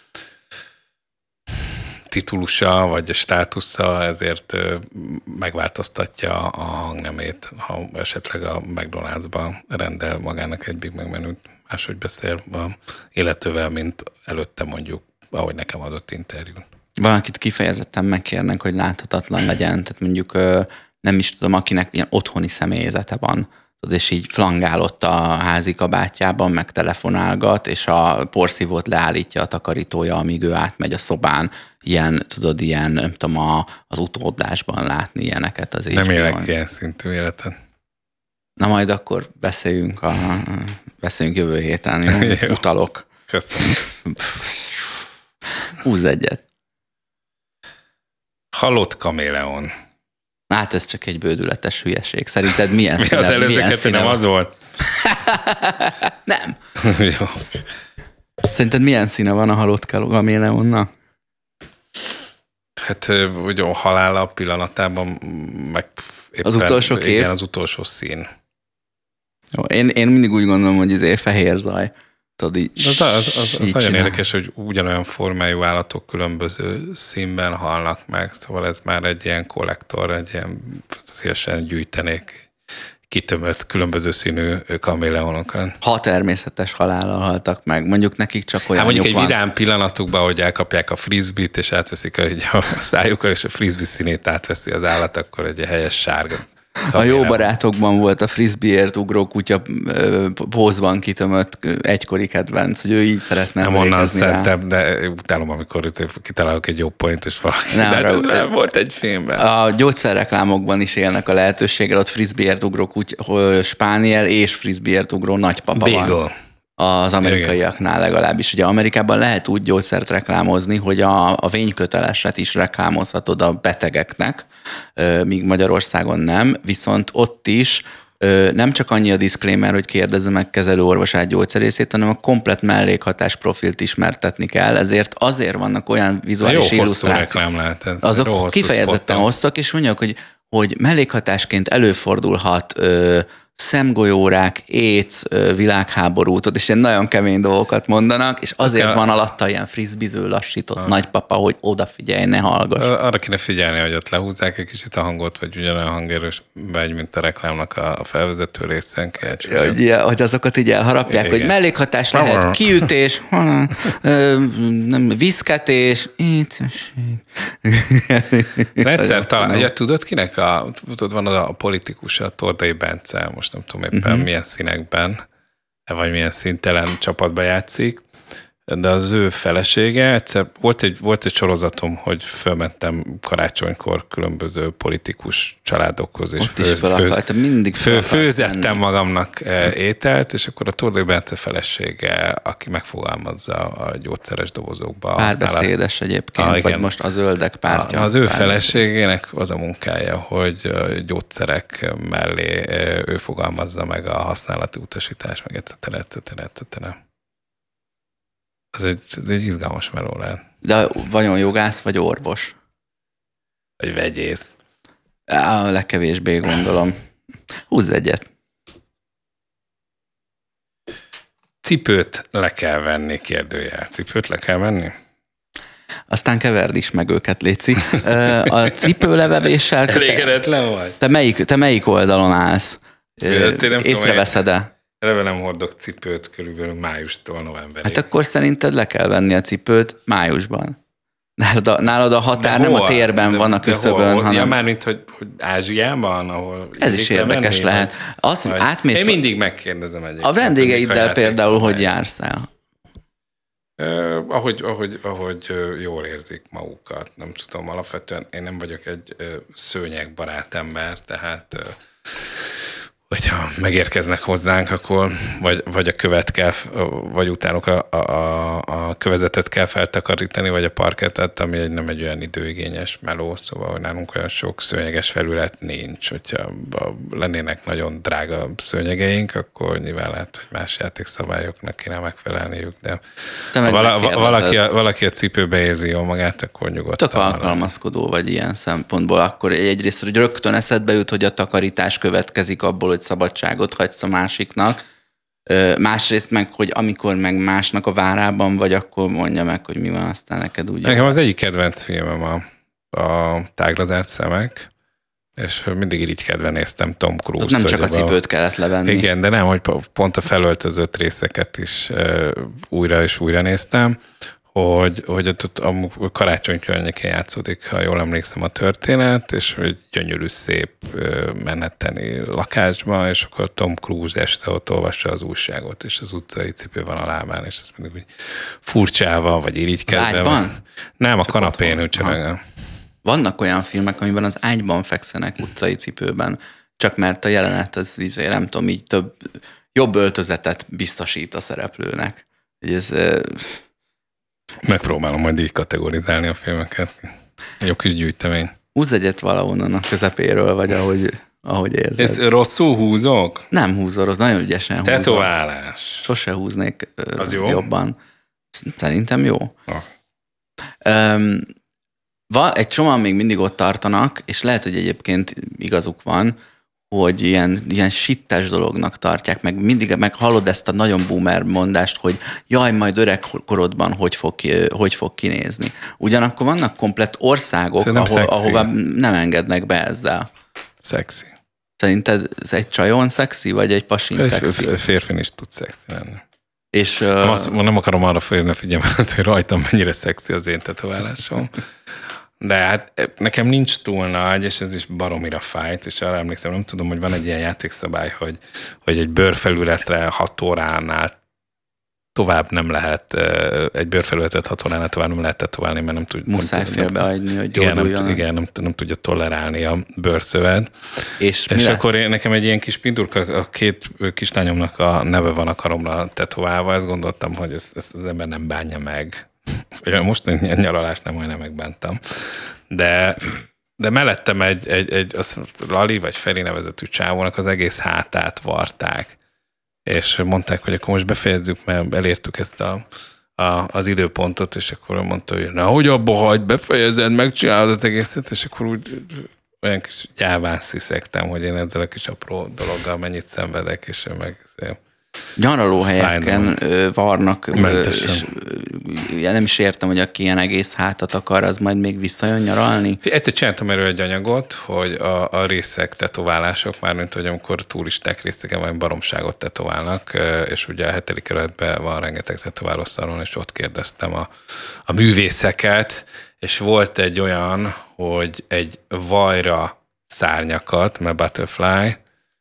titulusa, vagy a státusza, ezért megváltoztatja a hangnemét, ha esetleg a McDonald'sban rendel magának egy Big Mac menüt, máshogy beszél a illetővel, mint előtte mondjuk, ahogy nekem adott interjút. Valakit kifejezetten megkérnek, hogy láthatatlan legyen, tehát mondjuk nem is tudom, akinek ilyen otthoni személyzete van, és így flangál ott a házi kabátjában, meg telefonálgat, és a porszívót leállítja a takarítója, amíg ő átmegy a szobán, ilyen, tudod, ilyen, nem tudom, a, az utódlásban látni ilyeneket az Nem élek ilyen szintű életet. Na majd akkor beszéljünk, a, beszéljünk jövő héten, jó? Jó. Utalok. Köszönöm. Húzz egyet. Halott kaméleon. Hát ez csak egy bődületes hülyeség. Szerinted milyen Mi színe? az előző kettő nem az volt? Nem. Jó. Szerinted milyen színe van a halott kaméleonnak? Hát ugye a halála pillanatában meg éppen, Az utolsó kép? Igen, az utolsó szín. Jó, én, én mindig úgy gondolom, hogy izé fehér zaj. Tudod, így, Az, az, az, az nagyon csinál. érdekes, hogy ugyanolyan formájú állatok különböző színben halnak meg, szóval ez már egy ilyen kollektor, egy ilyen szívesen gyűjtenék kitömött különböző színű kaméleonokat. Ha természetes halállal haltak meg, mondjuk nekik csak olyan Hát mondjuk egy van. vidám pillanatukban, hogy elkapják a frisbee-t, és átveszik a, a szájukkal, és a frisbee színét átveszi az állat, akkor egy helyes sárga. A jó barátokban volt a frisbeeért ugró kutya pózban kitömött egykori kedvenc, hogy ő így szeretne Nem onnan emlékezni rá. szedtem, de utálom, amikor kitalálok egy jó point, és valaki. Nem, de, arra- de volt egy filmben. A gyógyszerreklámokban is élnek a lehetőséggel, ott frisbeeért ugró kutya, spániel és frisbeeért ugró nagypapa van. Beagle. Az amerikaiaknál legalábbis. Ugye Amerikában lehet úgy gyógyszert reklámozni, hogy a, a vényköteleset is reklámozhatod a betegeknek, míg Magyarországon nem, viszont ott is nem csak annyi a disclaimer, hogy kérdezze meg kezelő orvosát, gyógyszerészét, hanem a komplet mellékhatás profilt ismertetni kell, ezért azért vannak olyan vizuális Jó hosszú illusztrációk. reklám lehet ez. Azok kifejezetten hosszak, és mondják, hogy, hogy mellékhatásként előfordulhat ö, szemgolyórák, AIDS, ö, világháború, tudod, és ilyen nagyon kemény dolgokat mondanak, és azért kell- van alatta ilyen frisbiző lassított Ah. nagypapa, hogy odafigyelj, ne hallgass. Arra kéne figyelni, hogy ott lehúzzák egy kicsit a hangot, vagy ugyanolyan hangerős megy, mint a reklámnak a felvezető részen. Ja, hogy, ilyen, hogy azokat így elharapják, Igen. hogy mellékhatás lehet, kiütés, ö, nem, viszketés, étesség. Egyszer talán, ugye, tudod kinek a, tudod, van az a politikus, a Tordai Bence, most nem tudom éppen uh-huh. milyen színekben, vagy milyen színtelen csapatba játszik, de az ő felesége, egyszer volt egy, volt egy sorozatom, hogy fölmentem karácsonykor különböző politikus családokhoz, és Ott is fel akartam, mindig fel fő, akartam főzettem tenni. magamnak ételt, és akkor a Tordai Bence felesége, aki megfogalmazza a gyógyszeres dobozokba. Párbeszédes egyébként, Ah, vagy igen. most a zöldek pártja. Az ő párbeszéd. feleségének az a munkája, hogy gyógyszerek mellé ő fogalmazza meg a használati utasítás, meg et cetera, et cetera, et cetera. Ez egy, ez egy izgalmas meló lehet. De vajon jogász vagy orvos? Vagy vegyész. Á, a legkevésbé gondolom. Húzz egyet. Cipőt le kell venni, kérdőjel. Cipőt le kell venni? Aztán keverd is meg őket, Léci. Ö, A cipőlevevéssel... Te, Elégedetlen vagy? te, melyik, te melyik oldalon állsz? Ö, Én nem tudom, Észreveszed-e? Eleve nem hordok cipőt körülbelül májustól novemberig. Hát akkor szerinted le kell venni a cipőt májusban. Nálad a, nálad a határ De nem a hol? térben De- van a de hol? küszöbön, Ja, hanem... mármint, hogy, hogy Ázsiában, ahol... Ez is illik érdekes levenni, lehet. vagy- Az, vagy- átmész... Én mindig megkérdezem egyébként. A vendégeiddel hogy például, hogy játék jársz el? Uh, ahogy, ahogy, ahogy uh, jól érzik magukat. Nem tudom, alapvetően én nem vagyok egy uh, szőnyegbarát ember, tehát uh, hogyha megérkeznek hozzánk, akkor vagy, vagy a követ kell, vagy utánuk a, a, a kövezetet kell feltakarítani, vagy a parkettet, ami egy, nem egy olyan időigényes meló, szóval hogy nálunk olyan sok szőnyeges felület nincs. Hogyha lennének nagyon drága szőnyegeink, akkor nyilván lehet, hogy más játékszabályoknak kéne megfelelniük, de Te ha meg vala, megkérdezed. valaki, a, valaki a cipőbe érzi jól magát, akkor nyugodtan. Tök alkalmazkodó vagy ilyen szempontból, akkor egyrészt, hogy rögtön eszedbe jut, hogy a takarítás következik abból, hogy szabadságot hagysz a másiknak. Másrészt meg, hogy amikor meg másnak a várában vagy, akkor mondja meg, hogy mi van, aztán neked úgy. Nekem az egyik kedvenc filmem a, a Tágra zárt szemek, és mindig irigykedve néztem Tom Cruise-t. Nem csak a hogy cipőt kellett levenni. Igen, de nem, hogy pont a felöltözött részeket is uh, újra és újra néztem, hogy, hogy ott a karácsony környékén játszódik, ha jól emlékszem a történet, és hogy gyönyörű, szép manhattani lakásban, és akkor Tom Cruise este ott olvassa az újságot, és az utcai cipő van a lábán, és ezt mindig úgy furcsálva, vagy irigykedve. Nem, a csak kanapén ő cserélem. Vannak olyan filmek, amiben az ágyban fekszenek utcai cipőben, csak mert a jelenet az vízé, nem tudom, így több, jobb öltözetet biztosít a szereplőnek. Ez... Megpróbálom majd így kategorizálni a filmeket. Jó kis gyűjtemény. Húzz egyet valahonnan a közepéről, vagy ahogy, ahogy érzed. Ez rosszul húzok? Nem húzol, rossz, nagyon ügyesen húzol. Tetoválás. Sose húznék az jó? Jobban. Szerintem jó. Ah. Um, va, egy csomóan még mindig ott tartanak, és lehet, hogy egyébként igazuk van, hogy ilyen, ilyen sittes dolognak tartják, meg mindig meg hallod ezt a nagyon boomer mondást, hogy jaj, majd öreg korodban hogy fog, hogy fog kinézni. Ugyanakkor vannak komplett országok, ahol, ahova nem engednek be ezzel. Szexi. Szerinted ez egy csajon szexi, vagy egy pasin szexi? Férfin is tud szexi lenni. És, nem, azt, nem akarom arra folyni a figyelmet, hogy rajtam mennyire szexi az én tetoválásom. De hát nekem nincs túl nagy, és ez is baromira fájt, és arra emlékszem, nem tudom, hogy van egy ilyen játékszabály, hogy, hogy egy bőrfelületre hat óránál tovább nem lehet, egy bőrfelületet hat óránál tovább nem lehet tetoválni, mert nem tud. Muszáj félbehagyni, hogy gyógyuljon. Igen, nem, igen nem, nem tudja tolerálni a bőrszövet. És, és akkor én, nekem egy ilyen kis pindurka, a két kislányomnak a neve van a karomra tetoválva, ezt gondoltam, hogy ezt, ezt az ember nem bánja meg. Most nyaralást nem majdnem megbántam. De, de mellettem egy, egy, egy azt Lali vagy Feri nevezetű csávónak az egész hátát varták. És mondták, hogy akkor most befejezzük, mert elértük ezt a, a, az időpontot, és akkor mondta, hogy nehogy abba hagyd, befejezed, megcsinálod az egészet, és akkor úgy olyan kis gyáván sziszegtem, hogy én ezzel a kis apró dologgal mennyit szenvedek, és ő meg nyaralóhelyeken varnak, és nem is értem, hogy aki ilyen egész hátat akar, az majd még visszajön nyaralni. Egyszer csináltam erről egy anyagot, hogy a, a részek tetoválások, mármint, hogy amikor turisták részeken valami baromságot tetoválnak, és ugye a hetedik kerületben van rengeteg tetoválószalon, és ott kérdeztem a, a művészeket, és volt egy olyan, hogy egy vajra szárnyakat, mert butterfly,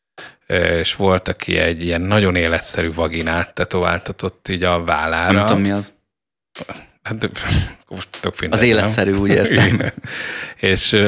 és volt, aki egy ilyen nagyon életszerű vaginát tetováltatott így a vállára. Nem tudom, mi az. Hát, most az életszerű, úgy értem. És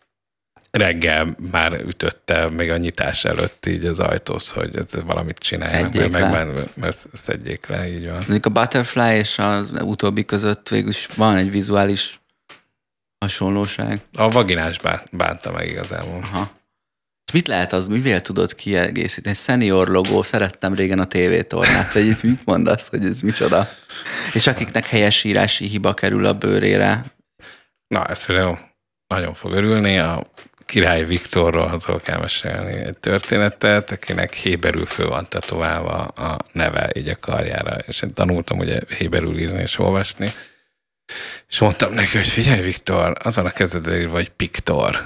reggel már ütötte még a nyitás előtt így az ajtót, hogy ez valamit csináljanak. Szedjék meg, le. Meg, meg, szedjék le, így van. Mondjuk a butterfly és az utóbbi között végül is van egy vizuális hasonlóság. A vaginás bánta meg igazából. Aha. És mit lehet az, mivel tudod kiegészíteni? Egy senior logó, szerettem régen a tévétornát, vagy itt mit mondasz, hogy ez micsoda? És akiknek helyesírási hiba kerül a bőrére? Na, ezt például nagyon fog örülni. A Király Viktorról tudok elmesélni egy történetet, akinek héberül fő van tetoválva a neve így a karjára, és én tanultam ugye héberül írni és olvasni, és mondtam neki, hogy figyelj Viktor, az van a kezedre írva, vagy Piktor.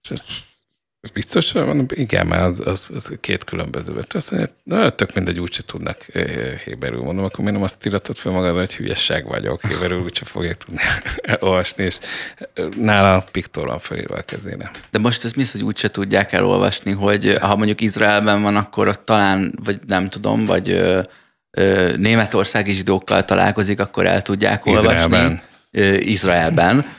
Biztos, hogy mondom, igen, mert az, az, az két különböző. Azt mondja, na, tök mindegy, úgyse tudnak héberül. Mondom, akkor miért nem azt iratott fel magadra, hogy hülyeség vagyok, héberül úgyse fogják tudni elolvasni, és nála Piktor van felírva a kezére. De most ez mi az, hogy úgyse tudják elolvasni, hogy ha mondjuk Izraelben van, akkor ott talán, vagy nem tudom, vagy ö, ö, németországi zsidókkal találkozik, akkor el tudják olvasni. Izraelben. Ö, Izraelben.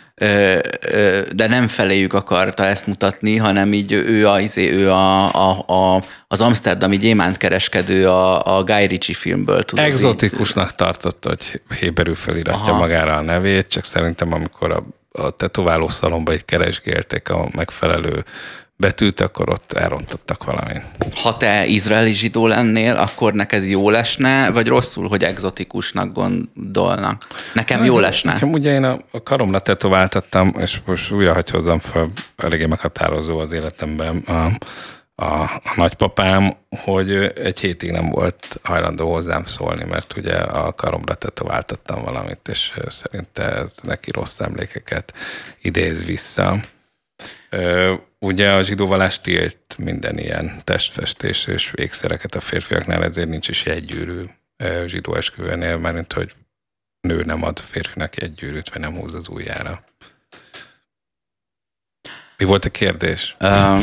De nem feléjük akarta ezt mutatni, hanem így ő, a, ő a, a, a, az amszterdami gyémántkereskedő a, a Guy Ritchie filmből. Tudod, exotikusnak így tartotta, hogy héberül feliratja Aha. magára a nevét, csak szerintem amikor a, a tetováló szalomba így keresgélték a megfelelő betűt, akkor ott elrontottak valamit. Ha te izraeli zsidó lennél, akkor neked jó lesne, vagy rosszul, hogy exotikusnak gondolnak? Nekem Na, jó lesne. Nekem ugye én a, a karomra tetováltattam, és most újra hagy hozzam fel, eléggé meghatározó az életemben a, a, a nagypapám, hogy egy hétig nem volt hajlandó hozzám szólni, mert ugye a karomra tetováltattam valamit, és szerinte ez neki rossz emlékeket idéz vissza. Ugye a zsidóvallás tilt minden ilyen testfestés és végszereket a férfiaknál, ezért nincs is jegygyűrű zsidó esküvőnél, mert hogy nő nem ad férfinak egy gyűrűt, vagy nem húz az ujjára. Mi volt a kérdés? Uh,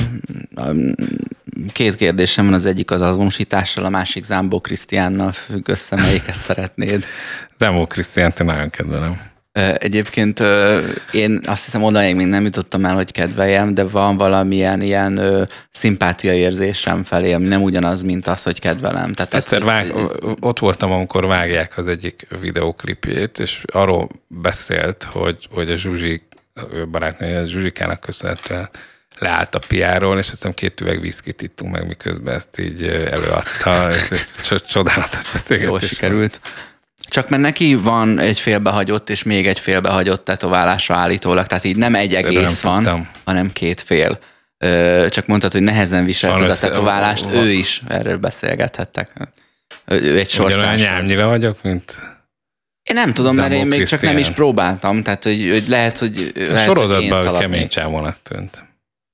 két kérdésem van, az egyik az azonosítással, a másik Zámbó Krisztiánnal függ össze, melyiket szeretnéd? Zámbó Krisztiánt én nagyon kedvelem. Egyébként én azt hiszem odaig még nem jutottam el, hogy kedveljem, de van valamilyen ilyen ö, szimpátia érzésem felé, ami nem ugyanaz, mint az, hogy kedvelem. Tehát Egyszer ez, vág, ez, ez... ott voltam, amikor vágják az egyik videóklipjét, és arról beszélt, hogy, hogy a Zsuzsi, a barátnője, a Zsuzsikának köszönhetően leállt a piáról, és azt hiszem két üveg viszkit ittunk meg, miközben ezt így előadta. Csodálatos beszélgetés. Jól sikerült. Csak mert neki van egy félbehagyott és még egy félbehagyott tetoválása állítólag, tehát így nem egy egész van, tudtam. hanem két fél. Csak mondtad, hogy nehezen viselted a tetoválást, van, ő is, erről beszélgethettek. Ő egy sorstárs. Ugyanolyan nyámnyira vagyok, mint... Én nem tudom, Zámbó mert én még Krisztián. Csak nem is próbáltam, tehát hogy, hogy lehet, hogy A lehet, sorozatban hogy kemény csávónak tűnt.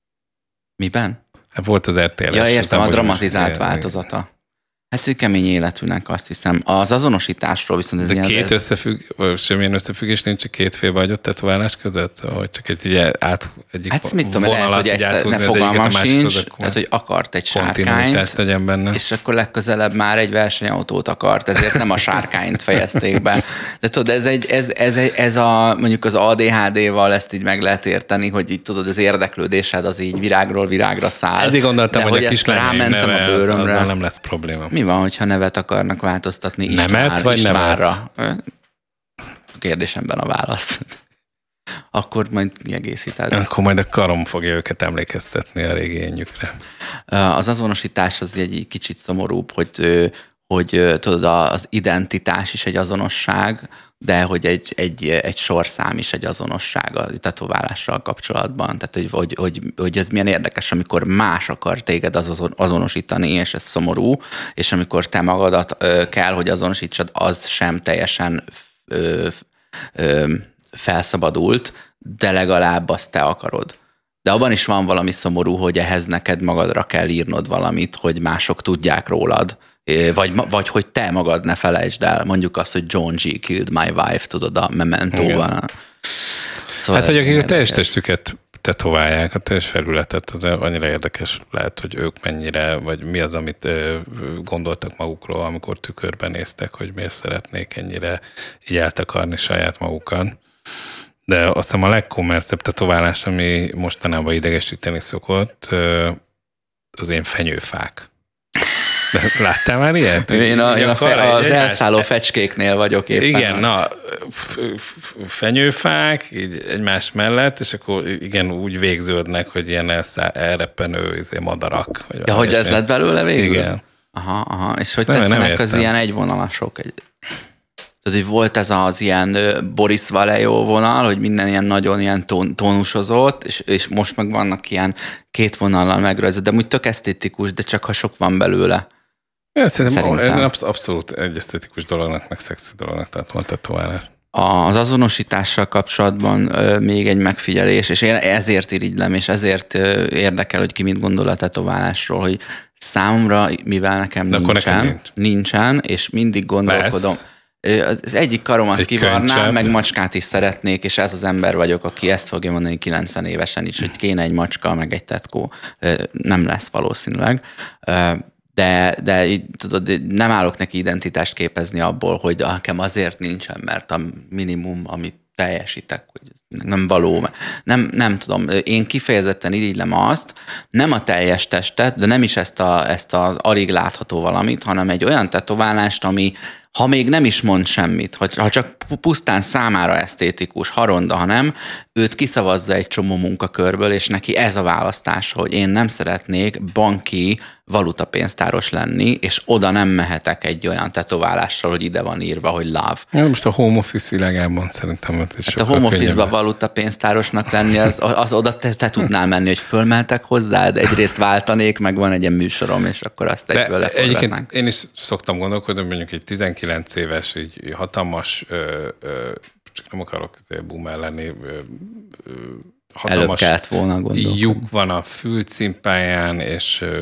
Miben? Hát volt az er té el-es. Ja, értem, a dramatizált változata. Hát kemény életűnek, azt hiszem. Az azonosításról viszont ez De ilyen... két ez... összefügg, semmilyen összefüggés nincs a két félbehagyott tetoválás között? Szóval, hogy csak egy így át, egyik hát mit tudom, lehet, hogy egyszer ne fogalmam sincs, tehát, hogy akart egy sárkányt, tegyen benne. És akkor legközelebb már egy versenyautót akart, ezért nem a sárkányt fejezték be. De tudod, ez, egy, ez, ez, ez a, mondjuk az á dé há dé-val ezt így meg lehet érteni, hogy így tudod, az érdeklődésed az így virágról virágra száll. Ezért gondoltam, de hogy a kislányom neve, a bőrömre. nem lesz probléma. Mi van, hogyha nevet akarnak változtatni István, nemet, vagy Istvánra? Nevet? A kérdésemben a választ. Akkor majd kiegészíted. Akkor majd a karom fogja őket emlékeztetni a régi énjükre. Az azonosítás az egy kicsit szomorúbb, hogy, hogy tudod, az identitás is egy azonosság, de hogy egy, egy, egy sorszám is egy azonosság a tetoválással kapcsolatban. Tehát, hogy, hogy, hogy, hogy ez milyen érdekes, amikor más akar téged az azonosítani, és ez szomorú, és amikor te magadat kell, hogy azonosítsad, az sem teljesen ö, ö, felszabadult, de legalább azt te akarod. De abban is van valami szomorú, hogy ehhez neked magadra kell írnod valamit, hogy mások tudják rólad, Vagy, vagy hogy te magad ne felejtsd el, mondjuk azt, hogy John G. killed my wife, tudod, a Memento-ban. Szóval hát, hogy akik a teljes testüket tetoválják, a teljes felületet, az annyira érdekes lehet, hogy ők mennyire, vagy mi az, amit gondoltak magukról, amikor tükörben néztek, hogy miért szeretnék ennyire így eltakarni saját magukat. De azt hiszem a legkommerszebb tetoválás, ami mostanában idegesíteni szokott, az én fenyőfák. De láttál már ilyet? Én, a, én a fe, az elszálló fecskéknél vagyok éppen. Igen, na, fenyőfák így egymás mellett, és akkor igen, úgy végződnek, hogy ilyen elszá, elreppenő izé, madarak. Vagy ja, hogy ez lett belőle végül? Igen. Aha, aha. És hogy tetszenek az ilyen egyvonalasok? Egy... Tehát, hogy volt ez az ilyen Boris Vallejo vonal, hogy minden ilyen nagyon ilyen tón, tónusozott, és, és most meg vannak ilyen két vonallal megrajzolt, de úgy tök esztétikus, de csak ha sok van belőle. Ja, szerintem abszolút egy esztétikus dolognak, meg szexi dolognak, tehát van tetoválás. Az azonosítással kapcsolatban még egy megfigyelés, és én ezért irigylem, és ezért érdekel, hogy ki mit gondol a tetoválásról, hogy számomra, mivel nekem nincsen, nekem nincs. nincsen, és mindig gondolkodom, lesz. Az egyik karomat egy kivarnám, könycsepp. Meg macskát is szeretnék, és ez az ember vagyok, aki ezt fogja mondani kilencven évesen is, hogy kéne egy macska, meg egy tetkó. Nem lesz valószínűleg. De, de tudod, nem állok neki identitást képezni abból, hogy nekem azért nincsen, mert a minimum, amit teljesítek, hogy nem való. Nem, nem tudom, én kifejezetten irigylem azt, nem a teljes testet, de nem is ezt, a, ezt az alig látható valamit, hanem egy olyan tetoválást, ami ha még nem is mond semmit, ha csak pusztán számára esztétikus, ha ronda, ha nem, őt kiszavazza egy csomó munkakörből, és neki ez a választása, hogy én nem szeretnék banki valutapénztáros lenni, és oda nem mehetek egy olyan tetoválással, hogy ide van írva, hogy love. Ja, most a home office világában szerintem ez is hát a home office-ba valutapénztárosnak lenni, az, az oda te, te tudnál menni, hogy fölmeltek hozzád, egyrészt váltanék, meg van egy ilyen műsorom, és akkor azt egyből leforgatnánk. Én is szoktam gondolkodni, mondjuk egy tizenkilenc éves, így hatalmas, ö, ö, csak nem akarok boomer lenni, ö, ö, hatalmas volna, lyuk van a fülcimpáján, és ö,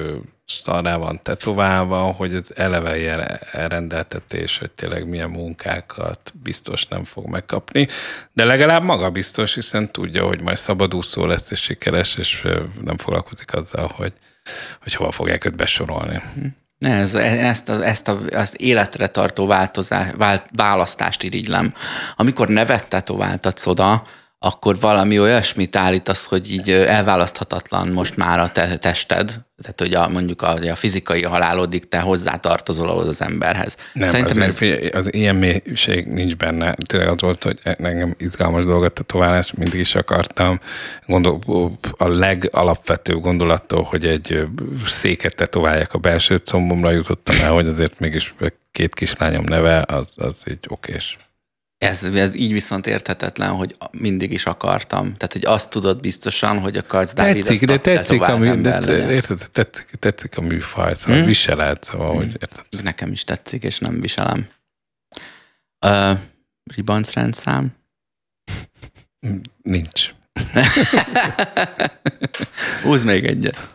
arra van tetoválva, hogy ez eleve ilyen elrendeltetés, hogy tényleg milyen munkákat biztos nem fog megkapni, de legalább maga biztos, hiszen tudja, hogy majd szabadúszó lesz és sikeres, és nem foglalkozik azzal, hogy, hogy hova fogják őt besorolni. Ez, ezt, a, ezt a, az életre tartó változás, választást irigylem. Amikor nevet tetováltatsz oda, akkor valami olyasmit állítasz, hogy így elválaszthatatlan most már a te tested, tehát hogy a, mondjuk a, a fizikai halálodig te hozzátartozol ahhoz az emberhez. Nem, Szerintem az, ez... az ilyen mélység nincs benne. Tényleg az volt, hogy engem izgalmas dolgot tetoválás, mindig is akartam. Gondol, a legalapvetőbb gondolattól, hogy egy széket tetováljak a belső combomra, jutottam el, hogy azért mégis két kislányom neve, az, az így okés. Ez, ez így viszont érthetetlen, hogy mindig is akartam. Tehát, hogy azt tudod biztosan, hogy a Karc Dávid tetszik, de tetszik a, mű, de érted, tetszik, tetszik a műfaj, szóval hmm? viseled, szóval, hmm. hogy érted. Nekem is tetszik, és nem viselem. Uh, Ribancrendszám? Nincs. Húzz még egyet.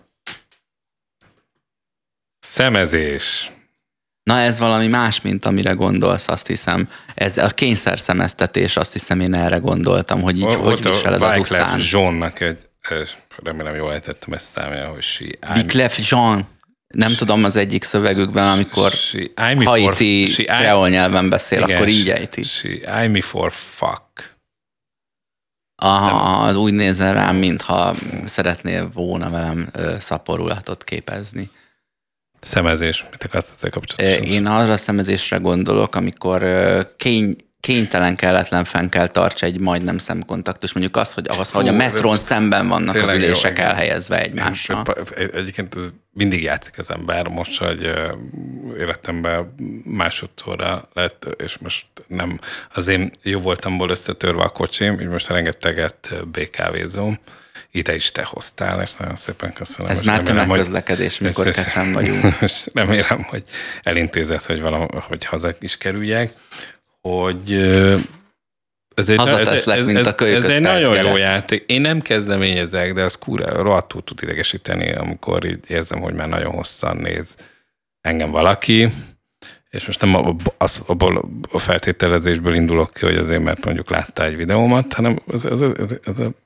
Szemezés. Na ez valami más, mint amire gondolsz, azt hiszem. Ez a kényszerszemeztetés, azt hiszem én erre gondoltam, hogy így o, hogy viseled az utcán. Jeannak egy, remélem jól ejtettem ezt számja, hogy she... Wyclef Jean. Nem she, tudom az egyik szövegükben, amikor haiti kreol nyelven beszél, igen, akkor így ejti. She eye me for fuck. Aha, az úgy nézel rám, mintha szeretnél volna velem szaporulatot képezni. Szemezés, mit akarsz ezzel kapcsolatosan? Én arra a szemezésre gondolok, amikor kény, kénytelen, kelletlen fenn kell tarts egy majdnem szemkontaktus. Mondjuk az, hogy, az, Fú, hogy a metron szemben vannak az ülések jó, elhelyezve egymással. Egyébként ez mindig játszik az ember. Most, hogy életemben másodszorra lett, és most nem az én jó voltamból összetörve a kocsim, így most rengeteget bé ká-vézom. Ide is te hoztál, és nagyon szépen köszönöm. Ez már tömegközlekedés, mikor kesen vagyunk. Remélem, hogy elintézed, hogy, valami, hogy haza is kerüljek, hogy ez egy, hazateszlek, ez, mint ez, a kölyököt. Ez egy nagyon keret. Jó játék. Én nem kezdeményezek, de az kúra, rohadtul tud idegesíteni, amikor így érzem, hogy már nagyon hosszan néz engem valaki, és most nem az, abból a feltételezésből indulok ki, hogy azért, mert mondjuk látta egy videómat, hanem ez, ez, ez, ez a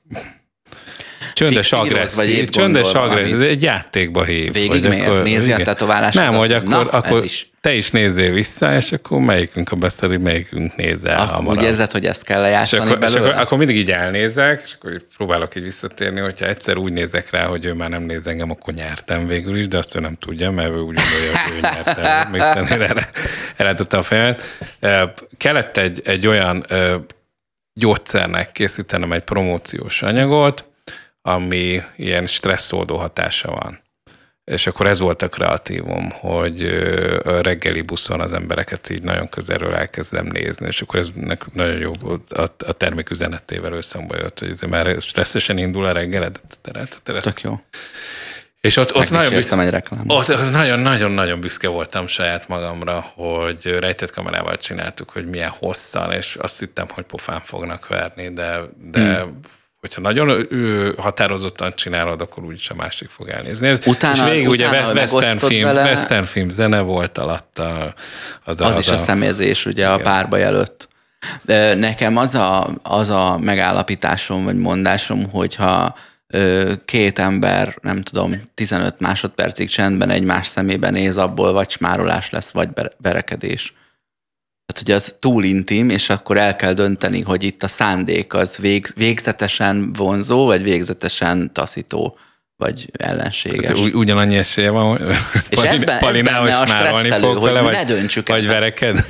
csöndes agresszív, csöndes agresszív, ez egy játékba hív. Végig miért? Nézi a tetoválásokat? Nem, hogy akkor, Na, akkor is. Te is nézzél vissza, és akkor melyikünk a beszélő, melyikünk nézel ah, hamarabb. Úgy érzed, hogy ezt kell lejátszani és akkor, belőle? És akkor, akkor mindig így elnézek, és akkor próbálok így visszatérni, hogyha egyszer úgy nézek rá, hogy ő már nem néz engem, akkor nyertem végül is, de azt ő nem tudja, mert ő úgy gondolja, hogy ő nyertem, hiszen én erre elejtettem a fejemet. Kellett egy, egy olyan gyógyszernek készítenem egy promóciós anyagot, ami ilyen stresszoldó hatása van. És akkor ez volt a kreatívum, hogy a reggeli buszon az embereket így nagyon közelről elkezdem nézni, és akkor ez nagyon jó volt a termék üzenetével összhangba jött, hogy ez már stresszesen indul a reggeled. Tök jó. És ott, ott nagyon, büszke, egy reklám. ott nagyon-nagyon büszke voltam saját magamra, hogy rejtett kamerával csináltuk, hogy milyen hosszan, és azt hittem, hogy pofán fognak verni, de, de hmm. hogyha nagyon ő határozottan csinálod, akkor úgyis a másik fog elnézni. Ez, utána, és végig ugye western film, vele, western film zene volt alatta. Az, az, az is a, a személyezés ugye igen. A párbaj előtt. De nekem az a, az a megállapításom, vagy mondásom, hogyha két ember, nem tudom, tizenöt másodpercig csendben egymás szemébe néz, abból vagy smárolás lesz, vagy berekedés. Tehát, hogy az túl intim, és akkor el kell dönteni, hogy itt a szándék az vég, végzetesen vonzó, vagy végzetesen taszító, vagy ellenséges. Hát, ugyanannyi esélye van, hogy és ez, be, ez benne a stresszelő, hogy vele, vagy, ne döntsük vagy vereked.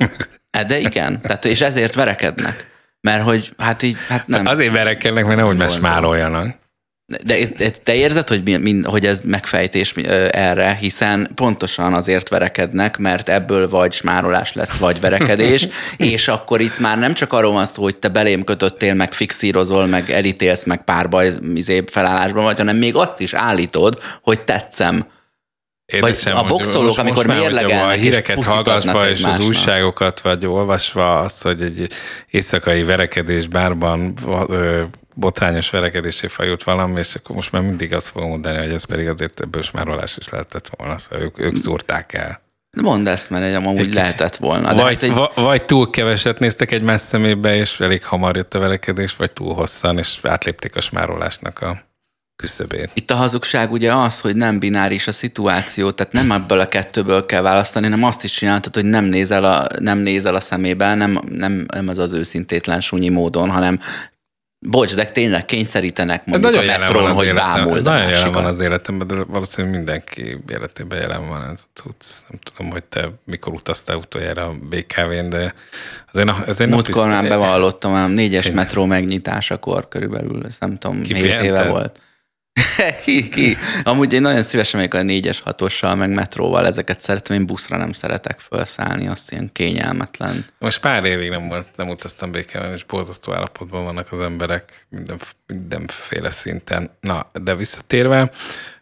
De igen, tehát, és ezért verekednek. Mert hogy hát így, hát nem. Azért verekednek, mert nehogy már smároljanak. De te érzed, hogy, mi, hogy ez megfejtés erre, hiszen pontosan azért verekednek, mert ebből vagy smárolás lesz, vagy verekedés, és akkor itt már nem csak arról van szó, hogy te belém kötöttél, meg fixírozol, meg elítélsz, meg párbaj felállásban vagy, hanem még azt is állítod, hogy tetszem. Édesem, vagy a boxolók, amikor mérlegelnek és híreket hallgatva és az újságokat vagy olvasva azt, hogy egy éjszakai verekedés bárban botrányos verekedésé fajult valami, és akkor most már mindig azt fogom mondani, hogy ez pedig azért ebből smárolás is lehetett volna, szóval ők, ők szúrták el. Mondd ezt, mert amúgy egy lehetett volna. Vagy, hát egy... vagy túl keveset néztek egymás szemébe, és elég hamar jött a verekedés, vagy túl hosszan, és átlépték a smárolásnak a küszöbét. Itt a hazugság ugye az, hogy nem bináris a szituáció, tehát nem ebből a kettőből kell választani, hanem azt is csináltad, hogy nem nézel a, nem nézel a szemébe, nem, nem, nem az az őszintétlen sunyi módon, hanem bocs, de tényleg kényszerítenek mondjuk a metrón, hogy bámuld. Ez nagyon jelen van az életemben, de valószínűleg mindenki életében jelen van ez a cucc. Nem tudom, hogy te mikor utaztál utoljára a bé ká vén, de azért, azért múltkor már bevallottam, a négyes én... metró megnyitásakor körülbelül, ez nem tudom, hét éve volt. ki, ki. Amúgy én nagyon szívesen megyek a négyes hatossal, meg metróval, ezeket szeretem, én buszra nem szeretek felszállni, azt ilyen kényelmetlen. Most pár évig nem, volt, nem utaztam bé ká vén, és borzasztó állapotban vannak az emberek minden, mindenféle szinten. Na, de visszatérve,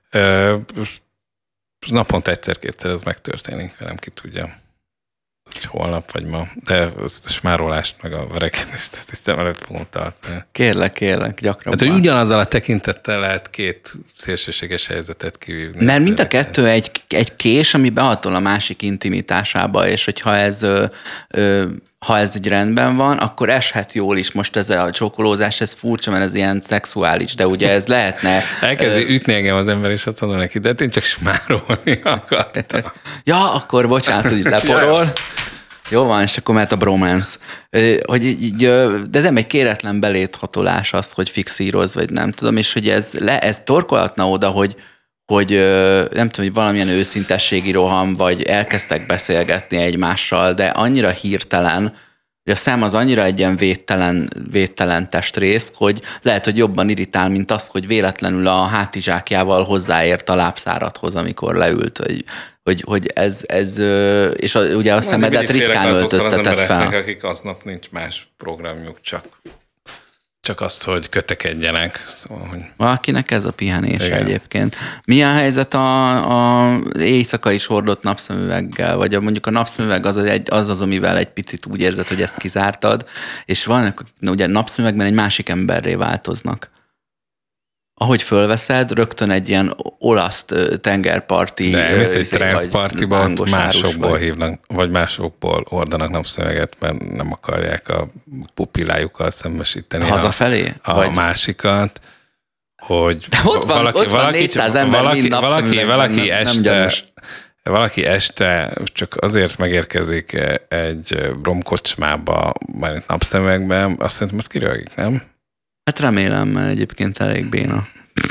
naponta egyszer-kétszer ez megtörténik, velem ki tudja. Holnap vagy ma, de ezt a smárolást, meg a verekedést, ezt hiszem előtt fogom tartani. Kérlek, kérlek, gyakrabban. Hát, hogy ugyanazzal a tekintettel lehet két szélsőséges helyzetet kivívni. Mert mind a kettő egy, egy kés, ami behatol a másik intimitásába, és hogyha ez, ö, ö, ha ez egy rendben van, akkor eshet jól is. Most ez a csókolózás, ez furcsa, mert ez ilyen szexuális, de ugye ez lehetne... Elkezdi ö... ütni engem az ember, és azt mondom neki, de én csak smárolni akartam. Ja, akkor bocsánat, hogy leporol. Jó van, és akkor mehet a bromance. Hogy így, de nem egy kéretlen beléthatolás az, hogy fixíroz, vagy nem tudom, és hogy ez, le, ez torkolhatna oda, hogy, hogy nem tudom, hogy valamilyen őszintességi roham, vagy elkezdtek beszélgetni egymással, de annyira hirtelen, hogy a szem az annyira egy ilyen védtelen, védtelen testrész, hogy lehet, hogy jobban irritál, mint az, hogy véletlenül a hátizsákjával hozzáért a lábszáradhoz, amikor leült, hogy, hogy, hogy ez, ez, és a, ugye a szemedet ritkán öltöztetett fel. Akik aznap nincs más programjuk, csak, csak azt, hogy kötekedjenek. Szóval, hogy... Valakinek ez a pihenése. Igen. Egyébként. Mi a helyzet a, a éjszaka is hordott napszemüveggel, vagy a, mondjuk a napszemüveg az az, egy, az az, amivel egy picit úgy érzed, hogy ezt kizártad, és van, ugye napszemüvegben egy másik emberré változnak. Ahogy fölveszed, rögtön egy ilyen olasz tengerparti... De elmész egy transzpartiba, ott másokból vagy. hívnak, vagy másokból ordanak napszöveget, mert nem akarják a pupillájukkal szembesíteni hazafelé? A, a vagy? másikat, hogy de ott van, valaki, ott van valaki, négyszáz ember valaki, mind valaki, valaki, nem, este, nem valaki este csak azért megérkezik egy romkocsmába, már napszemüvegben, azt szerintem azt kirögik, nem? Hát remélem, mert egyébként elég béna.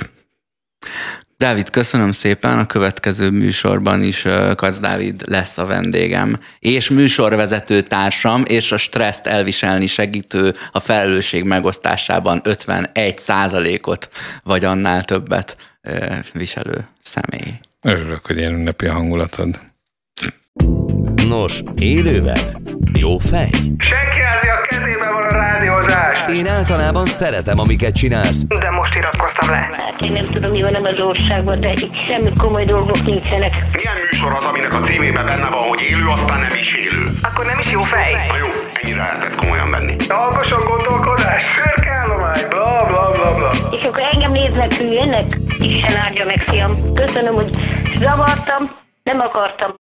Dávid, köszönöm szépen, a következő műsorban is Kac Dávid lesz a vendégem, és műsorvezető társam, és a stresszt elviselni segítő, a felelősség megosztásában ötvenegy százalékot, vagy annál többet viselő személy. Örülök, hogy ilyen ünnepi a hangulatod. Nos, élőben jó fej? Senki a kezében van a rádiózás. Én általában szeretem, amiket csinálsz. De most iratkoztam le. Hát én nem tudom, mi van az országban, de itt semmi komoly dolgok nincsenek. Milyen műsor az, aminek a címében benne van, hogy élő, aztán nem is élő? Akkor nem is jó fej. Na jó, ennyire lehetett komolyan venni. Alkosan gondolkodás, szürkeállomány, bla bla bla bla. És akkor engem néznek hülyének? Isten áldja meg, fiam. Köszönöm, hogy zavartam, nem akartam.